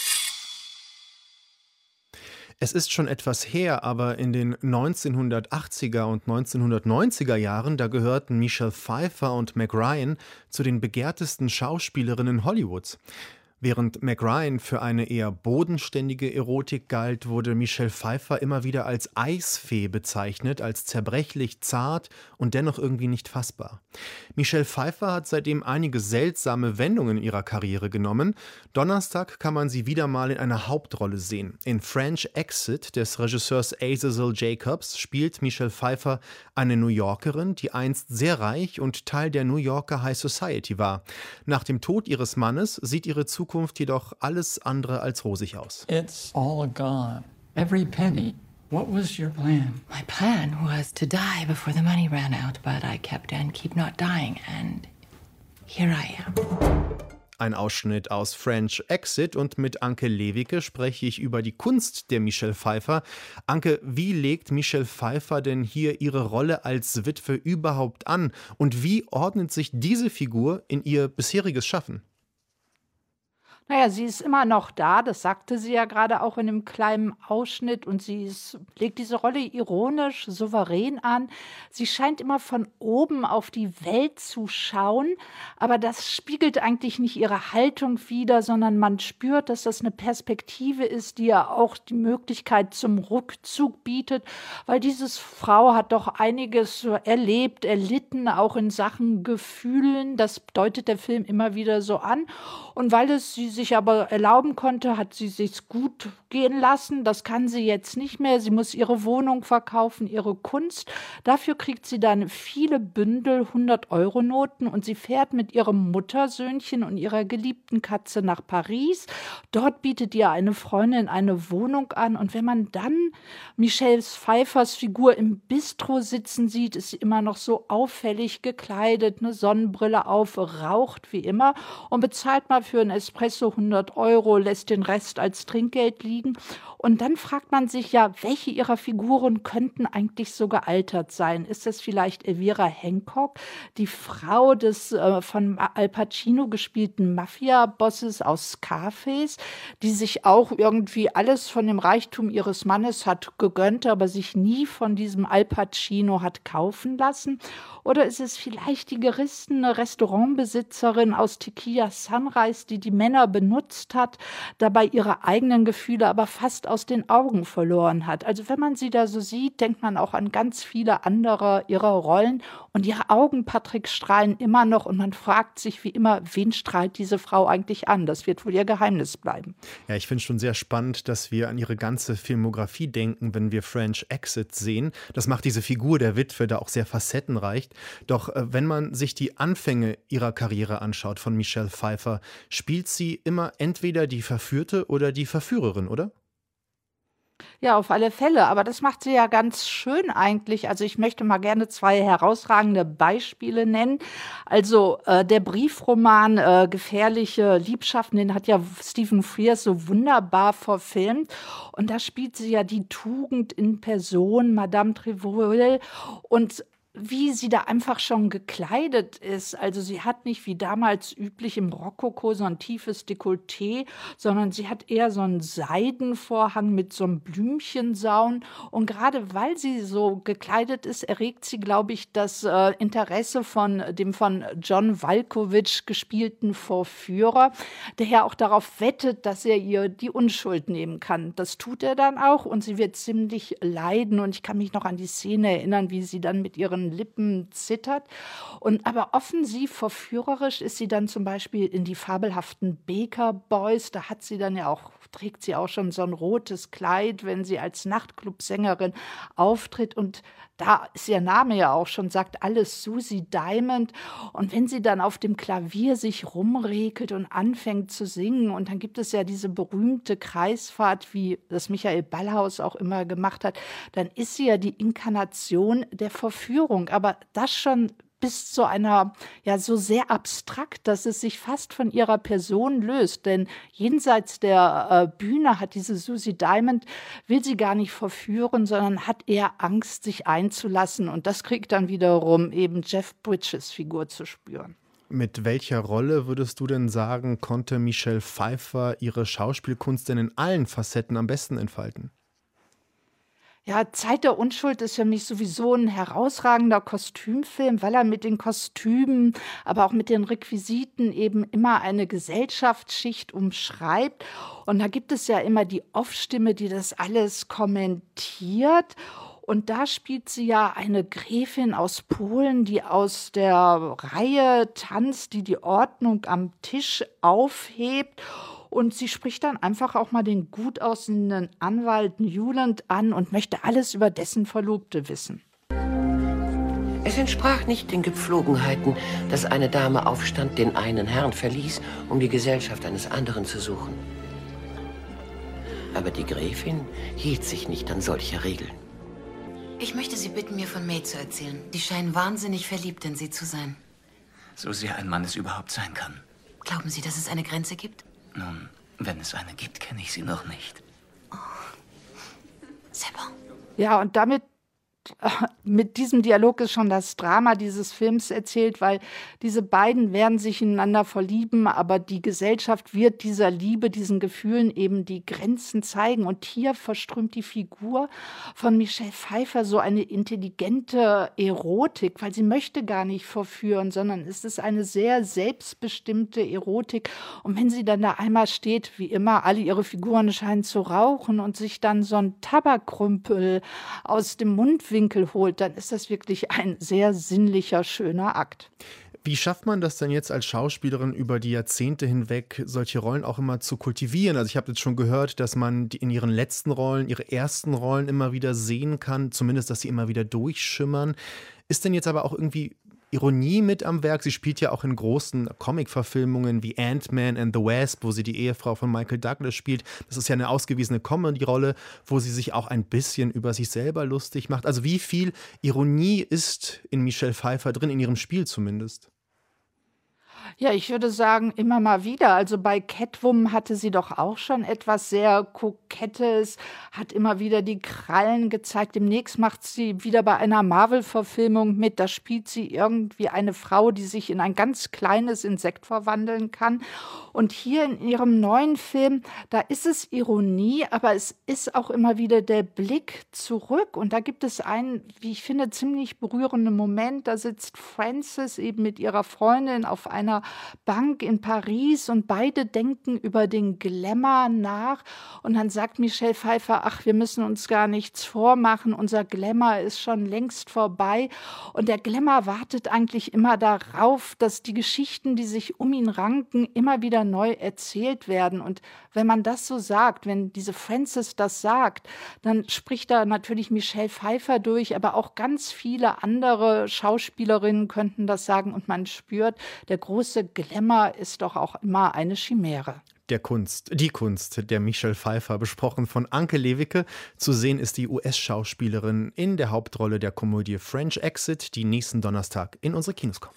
Es ist schon etwas her, aber in den neunzehnhundertachtziger und neunzehnhundertneunziger Jahren, da gehörten Michelle Pfeiffer und Meg Ryan zu den begehrtesten Schauspielerinnen Hollywoods. Während Meg Ryan für eine eher bodenständige Erotik galt, wurde Michelle Pfeiffer immer wieder als Eisfee bezeichnet, als zerbrechlich, zart und dennoch irgendwie nicht fassbar. Michelle Pfeiffer hat seitdem einige seltsame Wendungen in ihrer Karriere genommen. Donnerstag kann man sie wieder mal in einer Hauptrolle sehen. In French Exit des Regisseurs Azazel Jacobs spielt Michelle Pfeiffer eine New Yorkerin, die einst sehr reich und Teil der New Yorker High Society war. Nach dem Tod ihres Mannes sieht ihre Zukunft jedoch alles andere als rosig aus. It's all gone. Every penny. What was your plan? My plan was to die before the money ran out, but I kept and keep not dying, and here I am. Ein Ausschnitt aus French Exit, und mit Anke Lewicke spreche ich über die Kunst der Michelle Pfeiffer. Anke, wie legt Michelle Pfeiffer denn hier ihre Rolle als Witwe überhaupt an? Und wie ordnet sich diese Figur in ihr bisheriges Schaffen? Naja, sie ist immer noch da, das sagte sie ja gerade auch in einem kleinen Ausschnitt und sie ist, legt diese Rolle ironisch, souverän an. Sie scheint immer von oben auf die Welt zu schauen, aber das spiegelt eigentlich nicht ihre Haltung wider, sondern man spürt, dass das eine Perspektive ist, die ja auch die Möglichkeit zum Rückzug bietet, weil diese Frau hat doch einiges erlebt, erlitten, auch in Sachen Gefühlen, das deutet der Film immer wieder so an und weil es sie sich aber erlauben konnte, hat sie sich's gut gehen lassen. Das kann sie jetzt nicht mehr. Sie muss ihre Wohnung verkaufen, ihre Kunst. Dafür kriegt sie dann viele Bündel hundert-Euro-Noten und sie fährt mit ihrem Muttersöhnchen und ihrer geliebten Katze nach Paris. Dort bietet ihr eine Freundin eine Wohnung an und wenn man dann Michelle Pfeiffers Figur im Bistro sitzen sieht, ist sie immer noch so auffällig gekleidet, eine Sonnenbrille auf, raucht wie immer und bezahlt mal für einen Espresso hundert Euro, lässt den Rest als Trinkgeld liegen. Und dann fragt man sich ja, welche ihrer Figuren könnten eigentlich so gealtert sein? Ist das vielleicht Elvira Hancock, die Frau des äh, von Al Pacino gespielten Mafia-Bosses aus Scarface, die sich auch irgendwie alles von dem Reichtum ihres Mannes hat gegönnt, aber sich nie von diesem Al Pacino hat kaufen lassen? Oder ist es vielleicht die gerissene Restaurantbesitzerin aus Tequila Sunrise, die die Männer benutzt hat, dabei ihre eigenen Gefühle aber fast aus den Augen verloren hat? Also wenn man sie da so sieht, denkt man auch an ganz viele andere ihrer Rollen und ihre Augen, Patrick, strahlen immer noch und man fragt sich wie immer, wen strahlt diese Frau eigentlich an? Das wird wohl ihr Geheimnis bleiben. Ja, ich finde es schon sehr spannend, dass wir an ihre ganze Filmografie denken, wenn wir French Exit sehen. Das macht diese Figur der Witwe da auch sehr facettenreich. Doch äh, wenn man sich die Anfänge ihrer Karriere anschaut von Michelle Pfeiffer, spielt sie immer entweder die Verführte oder die Verführerin, oder? Ja, auf alle Fälle. Aber das macht sie ja ganz schön eigentlich. Also ich möchte mal gerne zwei herausragende Beispiele nennen. Also äh, der Briefroman äh, Gefährliche Liebschaften, den hat ja Stephen Frears so wunderbar verfilmt. Und da spielt sie ja die Tugend in Person, Madame Treville. Und wie sie da einfach schon gekleidet ist. Also sie hat nicht wie damals üblich im Rokoko so ein tiefes Dekolleté, sondern sie hat eher so einen Seidenvorhang mit so einem Blümchensaum. Und gerade weil sie so gekleidet ist, erregt sie, glaube ich, das äh, Interesse von dem von John Malkovich gespielten Verführer, der ja auch darauf wettet, dass er ihr die Unschuld nehmen kann. Das tut er dann auch und sie wird ziemlich leiden. Und ich kann mich noch an die Szene erinnern, wie sie dann mit ihren Lippen zittert. Und aber offensiv verführerisch ist sie dann zum Beispiel in die fabelhaften Baker Boys. Da hat sie dann ja auch, trägt sie auch schon so ein rotes Kleid, wenn sie als Nachtclubsängerin auftritt. Und da ist ihr Name ja auch schon, sagt alles Susie Diamond. Und wenn sie dann auf dem Klavier sich rumrekelt und anfängt zu singen, und dann gibt es ja diese berühmte Kreisfahrt, wie das Michael Ballhaus auch immer gemacht hat, dann ist sie ja die Inkarnation der Verführung. Aber das schon bis zu einer, ja, so sehr abstrakt, dass es sich fast von ihrer Person löst. Denn jenseits der äh, Bühne hat diese Susie Diamond, will sie gar nicht verführen, sondern hat eher Angst, sich einzulassen. Und das kriegt dann wiederum eben Jeff Bridges Figur zu spüren. Mit welcher Rolle würdest du denn sagen, konnte Michelle Pfeiffer ihre Schauspielkunst denn in allen Facetten am besten entfalten? Ja, Zeit der Unschuld ist für mich sowieso ein herausragender Kostümfilm, weil er mit den Kostümen, aber auch mit den Requisiten eben immer eine Gesellschaftsschicht umschreibt. Und da gibt es ja immer die Off-Stimme, die das alles kommentiert. Und da spielt sie ja eine Gräfin aus Polen, die aus der Reihe tanzt, die die Ordnung am Tisch aufhebt. Und sie spricht dann einfach auch mal den gut aussehenden Anwalt Newland an und möchte alles über dessen Verlobte wissen. Es entsprach nicht den Gepflogenheiten, dass eine Dame aufstand, den einen Herrn verließ, um die Gesellschaft eines anderen zu suchen. Aber die Gräfin hielt sich nicht an solche Regeln. Ich möchte Sie bitten, mir von May zu erzählen. Die scheinen wahnsinnig verliebt in Sie zu sein. So sehr ein Mann es überhaupt sein kann. Glauben Sie, dass es eine Grenze gibt? Nun, wenn es eine gibt, kenne ich sie noch nicht. Oh. C'est bon. Ja, und damit mit diesem Dialog ist schon das Drama dieses Films erzählt, weil diese beiden werden sich ineinander verlieben, aber die Gesellschaft wird dieser Liebe, diesen Gefühlen eben die Grenzen zeigen. Und hier verströmt die Figur von Michelle Pfeiffer so eine intelligente Erotik, weil sie möchte gar nicht verführen, sondern es ist eine sehr selbstbestimmte Erotik. Und wenn sie dann da einmal steht, wie immer, alle ihre Figuren scheinen zu rauchen und sich dann so ein Tabakkrümpel aus dem Mund Winkel holt, dann ist das wirklich ein sehr sinnlicher, schöner Akt. Wie schafft man das denn jetzt als Schauspielerin über die Jahrzehnte hinweg, solche Rollen auch immer zu kultivieren? Also ich habe jetzt schon gehört, dass man die in ihren letzten Rollen, ihre ersten Rollen immer wieder sehen kann, zumindest, dass sie immer wieder durchschimmern. Ist denn jetzt aber auch irgendwie Ironie mit am Werk? Sie spielt ja auch in großen Comic-Verfilmungen wie Ant-Man and the Wasp, wo sie die Ehefrau von Michael Douglas spielt. Das ist ja eine ausgewiesene Comedy-Rolle, wo sie sich auch ein bisschen über sich selber lustig macht. Also wie viel Ironie ist in Michelle Pfeiffer drin, in ihrem Spiel zumindest? Ja, ich würde sagen, immer mal wieder. Also bei Catwoman hatte sie doch auch schon etwas sehr Kokettes, hat immer wieder die Krallen gezeigt. Demnächst macht sie wieder bei einer Marvel-Verfilmung mit. Da spielt sie irgendwie eine Frau, die sich in ein ganz kleines Insekt verwandeln kann. Und hier in ihrem neuen Film, da ist es Ironie, aber es ist auch immer wieder der Blick zurück. Und da gibt es einen, wie ich finde, ziemlich berührenden Moment. Da sitzt Frances eben mit ihrer Freundin auf einer Bank in Paris und beide denken über den Glamour nach. Und dann sagt Michelle Pfeiffer, ach, wir müssen uns gar nichts vormachen, unser Glamour ist schon längst vorbei. Und der Glamour wartet eigentlich immer darauf, dass die Geschichten, die sich um ihn ranken, immer wieder neu erzählt werden. Und wenn man das so sagt, wenn diese Frances das sagt, dann spricht da natürlich Michelle Pfeiffer durch, aber auch ganz viele andere Schauspielerinnen könnten das sagen. Und man spürt, der große Glamour ist doch auch immer eine Chimäre. Der Kunst, die Kunst der Michelle Pfeiffer, besprochen von Anke Lewicke. Zu sehen ist die U S-Schauspielerin in der Hauptrolle der Komödie French Exit, die nächsten Donnerstag in unsere Kinos kommt.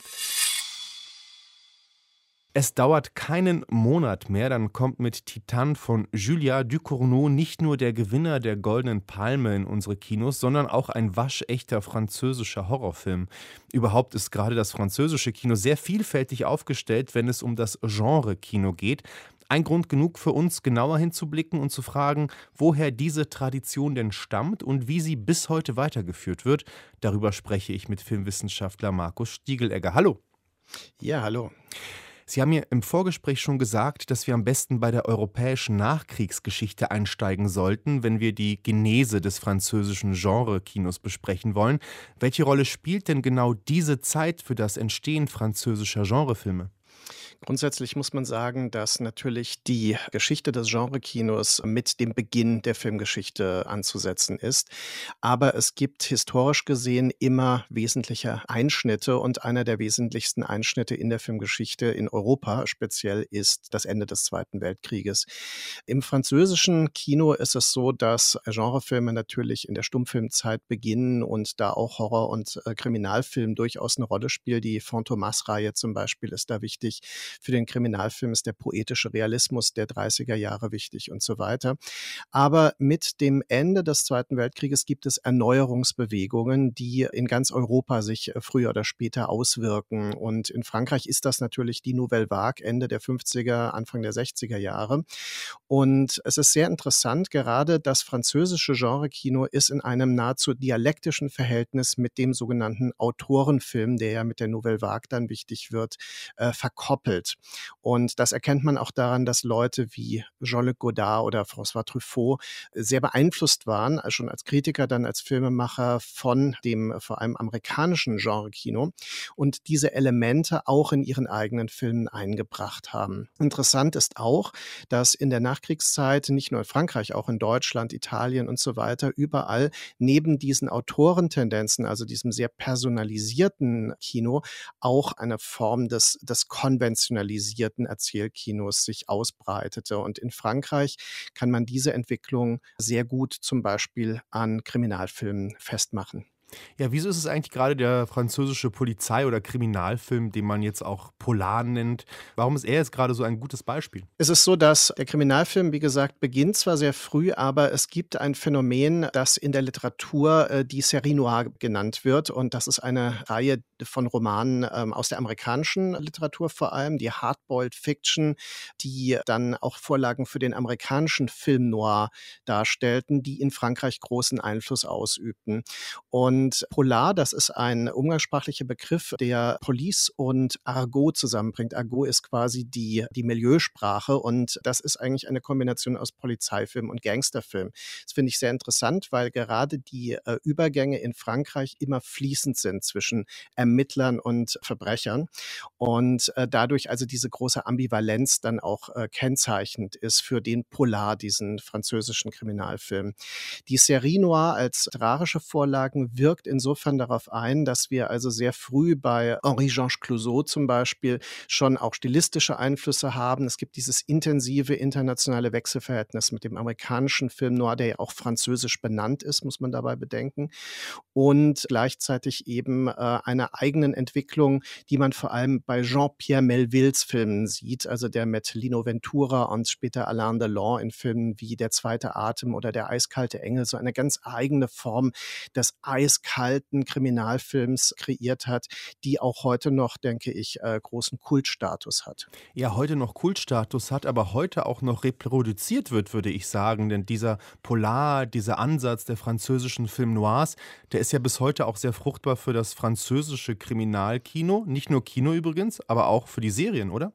Es dauert keinen Monat mehr, dann kommt mit Titan von Julia Ducournau nicht nur der Gewinner der Goldenen Palme in unsere Kinos, sondern auch ein waschechter französischer Horrorfilm. Überhaupt ist gerade das französische Kino sehr vielfältig aufgestellt, wenn es um das Genre-Kino geht. Ein Grund genug für uns, genauer hinzublicken und zu fragen, woher diese Tradition denn stammt und wie sie bis heute weitergeführt wird. Darüber spreche ich mit Filmwissenschaftler Markus Stiegelegger. Hallo. Ja, hallo. Sie haben mir im Vorgespräch schon gesagt, dass wir am besten bei der europäischen Nachkriegsgeschichte einsteigen sollten, wenn wir die Genese des französischen Genre-Kinos besprechen wollen. Welche Rolle spielt denn genau diese Zeit für das Entstehen französischer Genrefilme? Grundsätzlich muss man sagen, dass natürlich die Geschichte des Genre-Kinos mit dem Beginn der Filmgeschichte anzusetzen ist. Aber es gibt historisch gesehen immer wesentliche Einschnitte und einer der wesentlichsten Einschnitte in der Filmgeschichte in Europa speziell ist das Ende des Zweiten Weltkrieges. Im französischen Kino ist es so, dass Genrefilme natürlich in der Stummfilmzeit beginnen und da auch Horror- und äh, Kriminalfilm durchaus eine Rolle spielt. Die Fantomas-Reihe zum Beispiel ist da wichtig. Für den Kriminalfilm ist der poetische Realismus der dreißiger Jahre wichtig und so weiter. Aber mit dem Ende des Zweiten Weltkrieges gibt es Erneuerungsbewegungen, die in ganz Europa sich früher oder später auswirken. Und in Frankreich ist das natürlich die Nouvelle Vague, Ende der fünfziger, Anfang der sechziger Jahre. Und es ist sehr interessant, gerade das französische Genre-Kino ist in einem nahezu dialektischen Verhältnis mit dem sogenannten Autorenfilm, der ja mit der Nouvelle Vague dann wichtig wird, äh, verkoppelt. Und das erkennt man auch daran, dass Leute wie Jean-Luc Godard oder François Truffaut sehr beeinflusst waren, schon als Kritiker, dann als Filmemacher von dem vor allem amerikanischen Genre-Kino und diese Elemente auch in ihren eigenen Filmen eingebracht haben. Interessant ist auch, dass in der Nachkriegszeit nicht nur in Frankreich, auch in Deutschland, Italien und so weiter, überall neben diesen Autorentendenzen, also diesem sehr personalisierten Kino, auch eine Form des, des konventionalisierten Erzählkinos sich ausbreitete. Und in Frankreich kann man diese Entwicklung sehr gut zum Beispiel an Kriminalfilmen festmachen. Ja, wieso ist es eigentlich gerade der französische Polizei- oder Kriminalfilm, den man jetzt auch Polar nennt? Warum ist er jetzt gerade so ein gutes Beispiel? Es ist so, dass der Kriminalfilm, wie gesagt, beginnt zwar sehr früh, aber es gibt ein Phänomen, das in der Literatur äh, die Série Noire genannt wird. Und das ist eine Reihe von Romanen ähm, aus der amerikanischen Literatur vor allem, die Hardboiled Fiction, die dann auch Vorlagen für den amerikanischen Film Noir darstellten, die in Frankreich großen Einfluss ausübten. Und Polar, das ist ein umgangssprachlicher Begriff, der Police und Argot zusammenbringt. Argot ist quasi die, die Milieusprache und das ist eigentlich eine Kombination aus Polizeifilm und Gangsterfilm. Das finde ich sehr interessant, weil gerade die äh, Übergänge in Frankreich immer fließend sind zwischen Ermittlern und Verbrechern und äh, dadurch also diese große Ambivalenz dann auch äh, kennzeichnend ist für den Polar, diesen französischen Kriminalfilm. Die Série Noire als literarische Vorlagen wirkt insofern darauf ein, dass wir also sehr früh bei Henri-Georges Clouzot zum Beispiel schon auch stilistische Einflüsse haben. Es gibt dieses intensive internationale Wechselverhältnis mit dem amerikanischen Film Noir, der ja auch französisch benannt ist, muss man dabei bedenken. Und gleichzeitig eben äh, einer eigenen Entwicklung, die man vor allem bei Jean-Pierre Melvilles Filmen sieht, also der mit Lino Ventura und später Alain Delon in Filmen wie Der zweite Atem oder Der eiskalte Engel so eine ganz eigene Form des eiskalten Kriminalfilms kreiert hat, die auch heute noch, denke ich, äh, großen Kultstatus hat. Ja, heute noch Kultstatus hat, aber heute auch noch reproduziert wird, würde ich sagen. Denn dieser Polar, dieser Ansatz der französischen Film Noirs, der ist ja bis heute auch sehr fruchtbar für das französische Kriminalkino. Nicht nur Kino übrigens, aber auch für die Serien, oder?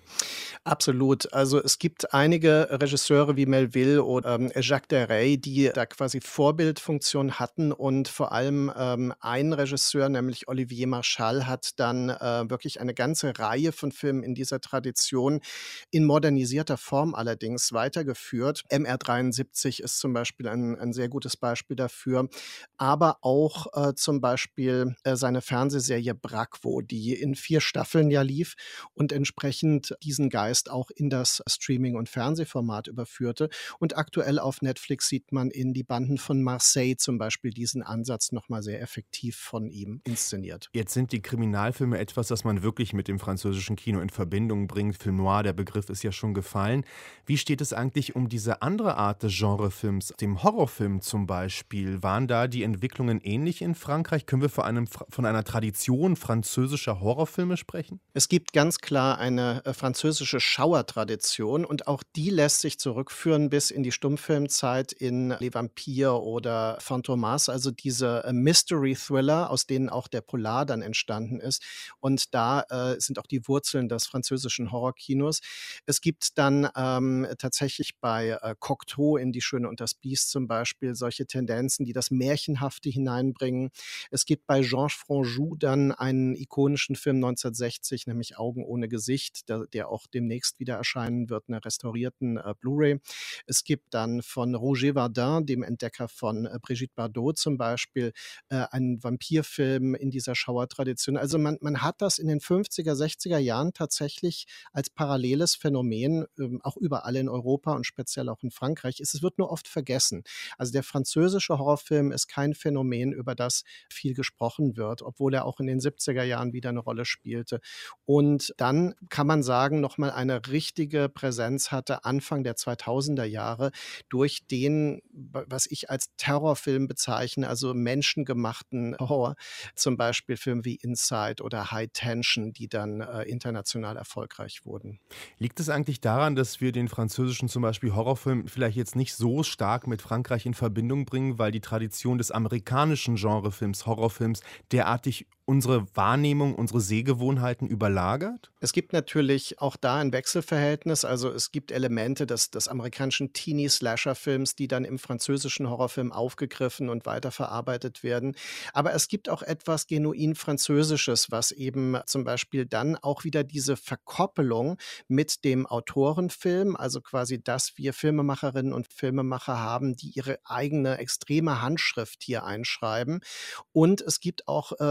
Absolut. Also es gibt einige Regisseure wie Melville oder ähm, Jacques Deray, die da quasi Vorbildfunktion hatten und vor allem ähm, ein Regisseur, nämlich Olivier Marchal, hat dann äh, wirklich eine ganze Reihe von Filmen in dieser Tradition in modernisierter Form allerdings weitergeführt. M R dreiundsiebzig ist zum Beispiel ein, ein sehr gutes Beispiel dafür, aber auch äh, zum Beispiel äh, seine Fernsehserie Bracvo, die in vier Staffeln ja lief und entsprechend diesen Geist auch in das Streaming- und Fernsehformat überführte. Und aktuell auf Netflix sieht man in Die Banden von Marseille zum Beispiel diesen Ansatz nochmal sehr effektiv von ihm inszeniert. Jetzt sind die Kriminalfilme etwas, das man wirklich mit dem französischen Kino in Verbindung bringt. Film Noir, der Begriff ist ja schon gefallen. Wie steht es eigentlich um diese andere Art des Genrefilms, dem Horrorfilm zum Beispiel? Waren da die Entwicklungen ähnlich in Frankreich? Können wir von, einem, von einer Tradition französischer Horrorfilme sprechen? Es gibt ganz klar eine äh, französische Schauertradition und auch die lässt sich zurückführen bis in die Stummfilmzeit in Les Vampires oder Fantomas, also diese äh, Mystery-Thriller, aus denen auch der Polar dann entstanden ist. Und da äh, sind auch die Wurzeln des französischen Horrorkinos. Es gibt dann ähm, tatsächlich bei äh, Cocteau in Die Schöne und das Biest zum Beispiel solche Tendenzen, die das Märchenhafte hineinbringen. Es gibt bei Georges Franjou dann einen ikonischen Film neunzehnhundertsechzig, nämlich Augen ohne Gesicht, der, der auch demnächst wieder erscheinen wird, einer restaurierten äh, Blu-ray. Es gibt dann von Roger Vardin, dem Entdecker von äh, Brigitte Bardot zum Beispiel, äh, einen Vampirfilm in dieser Schauertradition. Also man, man hat das in den fünfziger, sechziger Jahren tatsächlich als paralleles Phänomen, ähm, auch überall in Europa und speziell auch in Frankreich. Es wird nur oft vergessen. Also der französische Horrorfilm ist kein Phänomen, über das viel gesprochen wird, obwohl er auch in den siebziger Jahren wieder eine Rolle spielte. Und dann kann man sagen, nochmal eine richtige Präsenz hatte Anfang der zweitausender Jahre durch den, was ich als Terrorfilm bezeichne, also menschengemachten Horror, zum Beispiel Filme wie Inside oder High Tension, die dann äh, international erfolgreich wurden. Liegt es eigentlich daran, dass wir den französischen zum Beispiel Horrorfilm vielleicht jetzt nicht so stark mit Frankreich in Verbindung bringen, weil die Tradition des amerikanischen Genrefilms, Horrorfilms derartig unsere Wahrnehmung, unsere Sehgewohnheiten überlagert? Es gibt natürlich auch da ein Wechselverhältnis. Also es gibt Elemente des, des amerikanischen Teenie-Slasher-Films, die dann im französischen Horrorfilm aufgegriffen und weiterverarbeitet werden. Aber es gibt auch etwas genuin Französisches, was eben zum Beispiel dann auch wieder diese Verkoppelung mit dem Autorenfilm, also quasi, dass wir Filmemacherinnen und Filmemacher haben, die ihre eigene extreme Handschrift hier einschreiben. Und es gibt auch äh, umgekehrt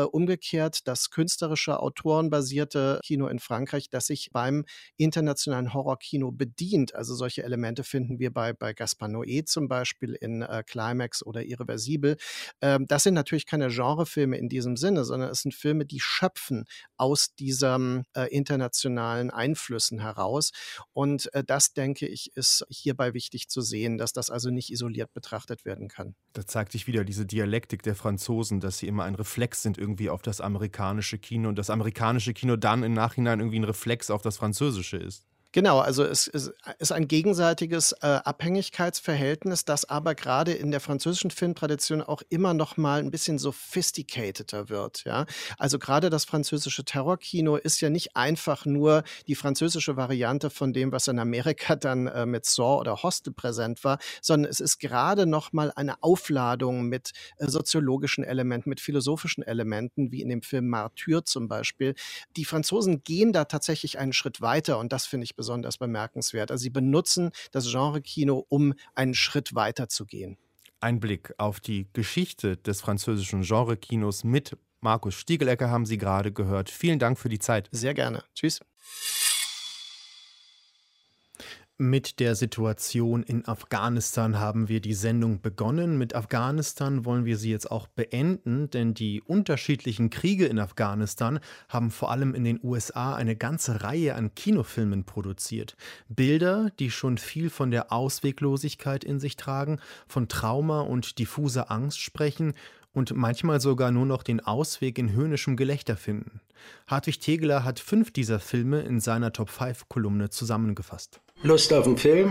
umgekehrt das künstlerische, autorenbasierte Kino in Frankreich, das sich beim internationalen Horrorkino bedient. Also solche Elemente finden wir bei, bei Gaspar Noé zum Beispiel in äh, Climax oder Irreversibel. Ähm, das sind natürlich keine Genrefilme in diesem Sinne, sondern es sind Filme, die schöpfen aus diesen äh, internationalen Einflüssen heraus. Und äh, das, denke ich, ist hierbei wichtig zu sehen, dass das also nicht isoliert betrachtet werden kann. Da zeigt sich wieder diese Dialektik der Franzosen, dass sie immer ein Reflex sind irgendwie auf das amerikanische Kino und das amerikanische Kino dann im Nachhinein irgendwie ein Reflex auf das französische ist. Genau, also es ist ein gegenseitiges äh, Abhängigkeitsverhältnis, das aber gerade in der französischen Filmtradition auch immer noch mal ein bisschen sophisticateder wird. Ja? Also gerade das französische Terrorkino ist ja nicht einfach nur die französische Variante von dem, was in Amerika dann äh, mit Saw oder Hostel präsent war, sondern es ist gerade noch mal eine Aufladung mit äh, soziologischen Elementen, mit philosophischen Elementen, wie in dem Film Martyr zum Beispiel. Die Franzosen gehen da tatsächlich einen Schritt weiter und das finde ich besonders bemerkenswert. Also sie benutzen das Genre-Kino, um einen Schritt weiter zu gehen. Ein Blick auf die Geschichte des französischen Genre-Kinos mit Markus Stiegelecker haben Sie gerade gehört. Vielen Dank für die Zeit. Sehr gerne. Tschüss. Mit der Situation in Afghanistan haben wir die Sendung begonnen. Mit Afghanistan wollen wir sie jetzt auch beenden, denn die unterschiedlichen Kriege in Afghanistan haben vor allem in den U S A eine ganze Reihe an Kinofilmen produziert. Bilder, die schon viel von der Ausweglosigkeit in sich tragen, von Trauma und diffuser Angst sprechen und manchmal sogar nur noch den Ausweg in höhnischem Gelächter finden. Hartwig Tegeler hat fünf dieser Filme in seiner Top fünf Kolumne zusammengefasst. Lust auf einen Film?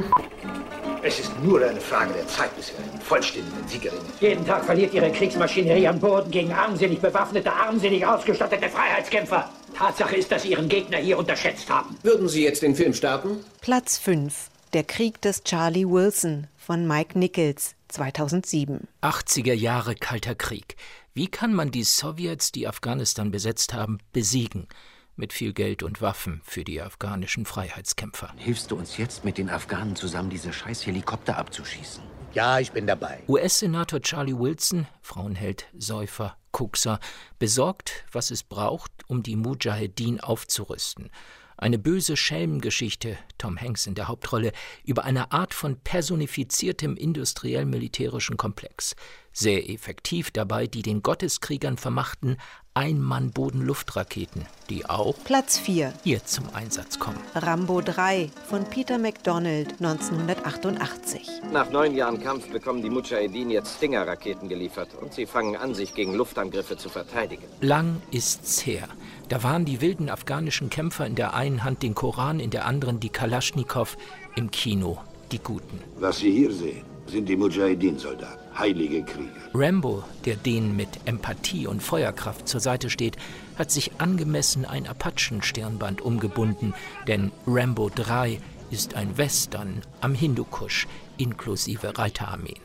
Es ist nur eine Frage der Zeit, bis wir einen vollständigen Sieg gewinnen. Jeden Tag verliert ihre Kriegsmaschinerie an Boden gegen armsinnig bewaffnete, armsinnig ausgestattete Freiheitskämpfer. Tatsache ist, dass sie ihren Gegner hier unterschätzt haben. Würden Sie jetzt den Film starten? Platz fünf. Der Krieg des Charlie Wilson von Mike Nichols, zweitausendsieben. achtziger Jahre Kalter Krieg. Wie kann man die Sowjets, die Afghanistan besetzt haben, besiegen? Mit viel Geld und Waffen für die afghanischen Freiheitskämpfer. Hilfst du uns jetzt, mit den Afghanen zusammen diese scheiß Helikopter abzuschießen? Ja, ich bin dabei. U S-Senator Charlie Wilson, Frauenheld, Säufer, Kokser, besorgt, was es braucht, um die Mujahedin aufzurüsten. Eine böse Schelmengeschichte, Tom Hanks in der Hauptrolle, über eine Art von personifiziertem industriell-militärischen Komplex. Sehr effektiv dabei die den Gotteskriegern vermachten Ein-Mann-Boden-Luftraketen, die auch Platz vier. hier zum Einsatz kommen. Rambo drei von Peter MacDonald, neunzehnhundertachtundachtzig. Nach neun Jahren Kampf bekommen die Mujahedin jetzt Stinger-Raketen geliefert und sie fangen an, sich gegen Luftangriffe zu verteidigen. Lang ist's her. Da waren die wilden afghanischen Kämpfer in der einen Hand den Koran, in der anderen die Kalaschnikow, im Kino die Guten. Was Sie hier sehen, sind die Mujahedin-Soldaten, heilige Krieger. Rambo, der denen mit Empathie und Feuerkraft zur Seite steht, hat sich angemessen ein Apachenstirnband umgebunden, denn Rambo drei ist ein Western am Hindukusch, inklusive Reiterarmeen.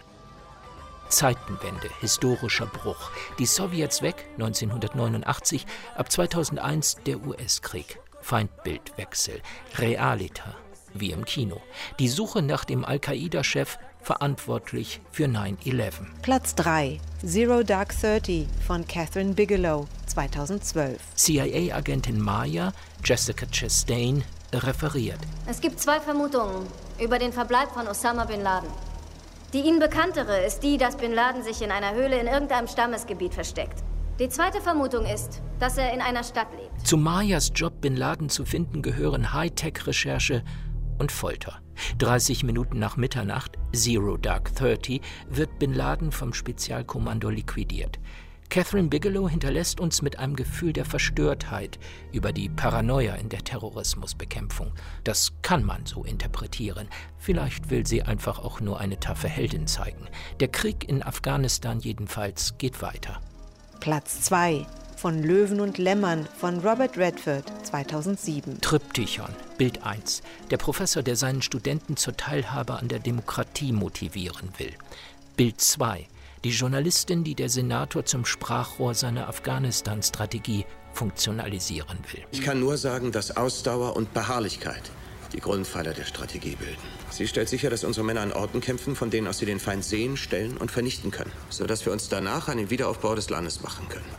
Zeitenwende, historischer Bruch. Die Sowjets weg, neunzehnhundertneunundachtzig, ab zweitausendeins der U S-Krieg. Feindbildwechsel, Realita, wie im Kino. Die Suche nach dem Al-Qaida-Chef, verantwortlich für neun elf. Platz drei. Zero Dark Thirty von Catherine Bigelow, zweitausendzwölf. C I A-Agentin Maya, Jessica Chastain, referiert. Es gibt zwei Vermutungen über den Verbleib von Osama Bin Laden. Die Ihnen bekanntere ist die, dass Bin Laden sich in einer Höhle in irgendeinem Stammesgebiet versteckt. Die zweite Vermutung ist, dass er in einer Stadt lebt. Zu Mayas Job, Bin Laden zu finden, gehören Hightech-Recherche und Folter. dreißig Minuten nach Mitternacht, Zero Dark Thirty, wird Bin Laden vom Spezialkommando liquidiert. Catherine Bigelow hinterlässt uns mit einem Gefühl der Verstörtheit über die Paranoia in der Terrorismusbekämpfung. Das kann man so interpretieren. Vielleicht will sie einfach auch nur eine taffe Heldin zeigen. Der Krieg in Afghanistan jedenfalls geht weiter. Platz zwei. Von Löwen und Lämmern von Robert Redford, zweitausendsieben. Triptychon, Bild eins. Der Professor, der seinen Studenten zur Teilhabe an der Demokratie motivieren will. Bild zwei. Die Journalistin, die der Senator zum Sprachrohr seiner Afghanistan-Strategie funktionalisieren will. Ich kann nur sagen, dass Ausdauer und Beharrlichkeit die Grundpfeiler der Strategie bilden. Sie stellt sicher, dass unsere Männer an Orten kämpfen, von denen aus sie den Feind sehen, stellen und vernichten können, sodass wir uns danach an den Wiederaufbau des Landes machen können.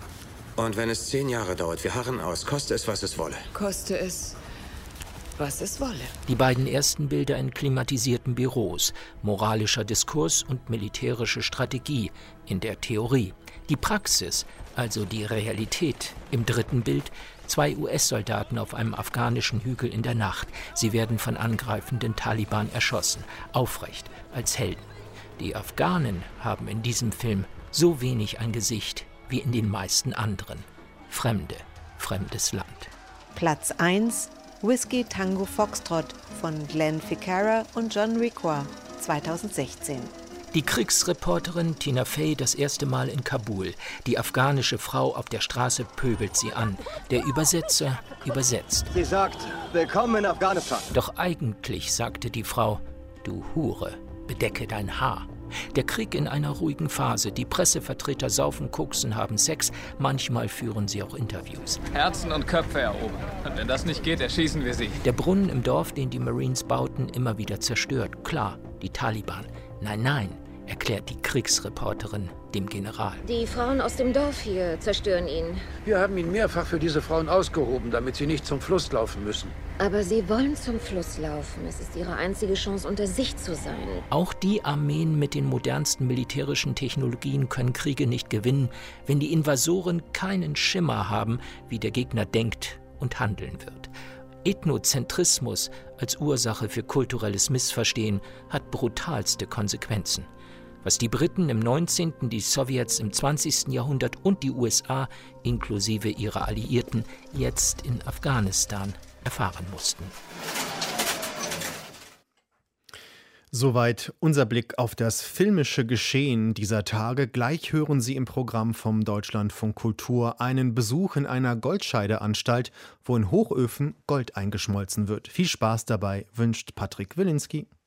Und wenn es zehn Jahre dauert, wir harren aus, koste es, was es wolle. Koste es, was es wolle. Die beiden ersten Bilder in klimatisierten Büros, moralischer Diskurs und militärische Strategie in der Theorie. Die Praxis, also die Realität, im dritten Bild zwei U S-Soldaten auf einem afghanischen Hügel in der Nacht. Sie werden von angreifenden Taliban erschossen, aufrecht, als Helden. Die Afghanen haben in diesem Film so wenig ein Gesicht wie in den meisten anderen. Fremde, fremdes Land. Platz eins, Whiskey Tango Foxtrot von Glenn Ficarra und John Requa, zweitausendsechzehn. Die Kriegsreporterin Tina Fey das erste Mal in Kabul. Die afghanische Frau auf der Straße pöbelt sie an. Der Übersetzer übersetzt. Sie sagt, willkommen in Afghanistan. Doch eigentlich sagte die Frau, du Hure, bedecke dein Haar. Der Krieg in einer ruhigen Phase. Die Pressevertreter saufen, koksen, haben Sex. Manchmal führen sie auch Interviews. Herzen und Köpfe erobern. Und wenn das nicht geht, erschießen wir sie. Der Brunnen im Dorf, den die Marines bauten, immer wieder zerstört. Klar, die Taliban. Nein, nein, erklärt die Kriegsreporterin dem General. Die Frauen aus dem Dorf hier zerstören ihn. Wir haben ihn mehrfach für diese Frauen ausgehoben, damit sie nicht zum Fluss laufen müssen. Aber sie wollen zum Fluss laufen. Es ist ihre einzige Chance, unter sich zu sein. Auch die Armeen mit den modernsten militärischen Technologien können Kriege nicht gewinnen, wenn die Invasoren keinen Schimmer haben, wie der Gegner denkt und handeln wird. Ethnozentrismus als Ursache für kulturelles Missverstehen hat brutalste Konsequenzen. Was die Briten im neunzehnten, die Sowjets im zwanzigsten Jahrhundert und die U S A inklusive ihrer Alliierten jetzt in Afghanistan erfahren mussten. Soweit unser Blick auf das filmische Geschehen dieser Tage. Gleich hören Sie im Programm vom Deutschlandfunk Kultur einen Besuch in einer Goldscheideanstalt, wo in Hochöfen Gold eingeschmolzen wird. Viel Spaß dabei wünscht Patrick Wilinski.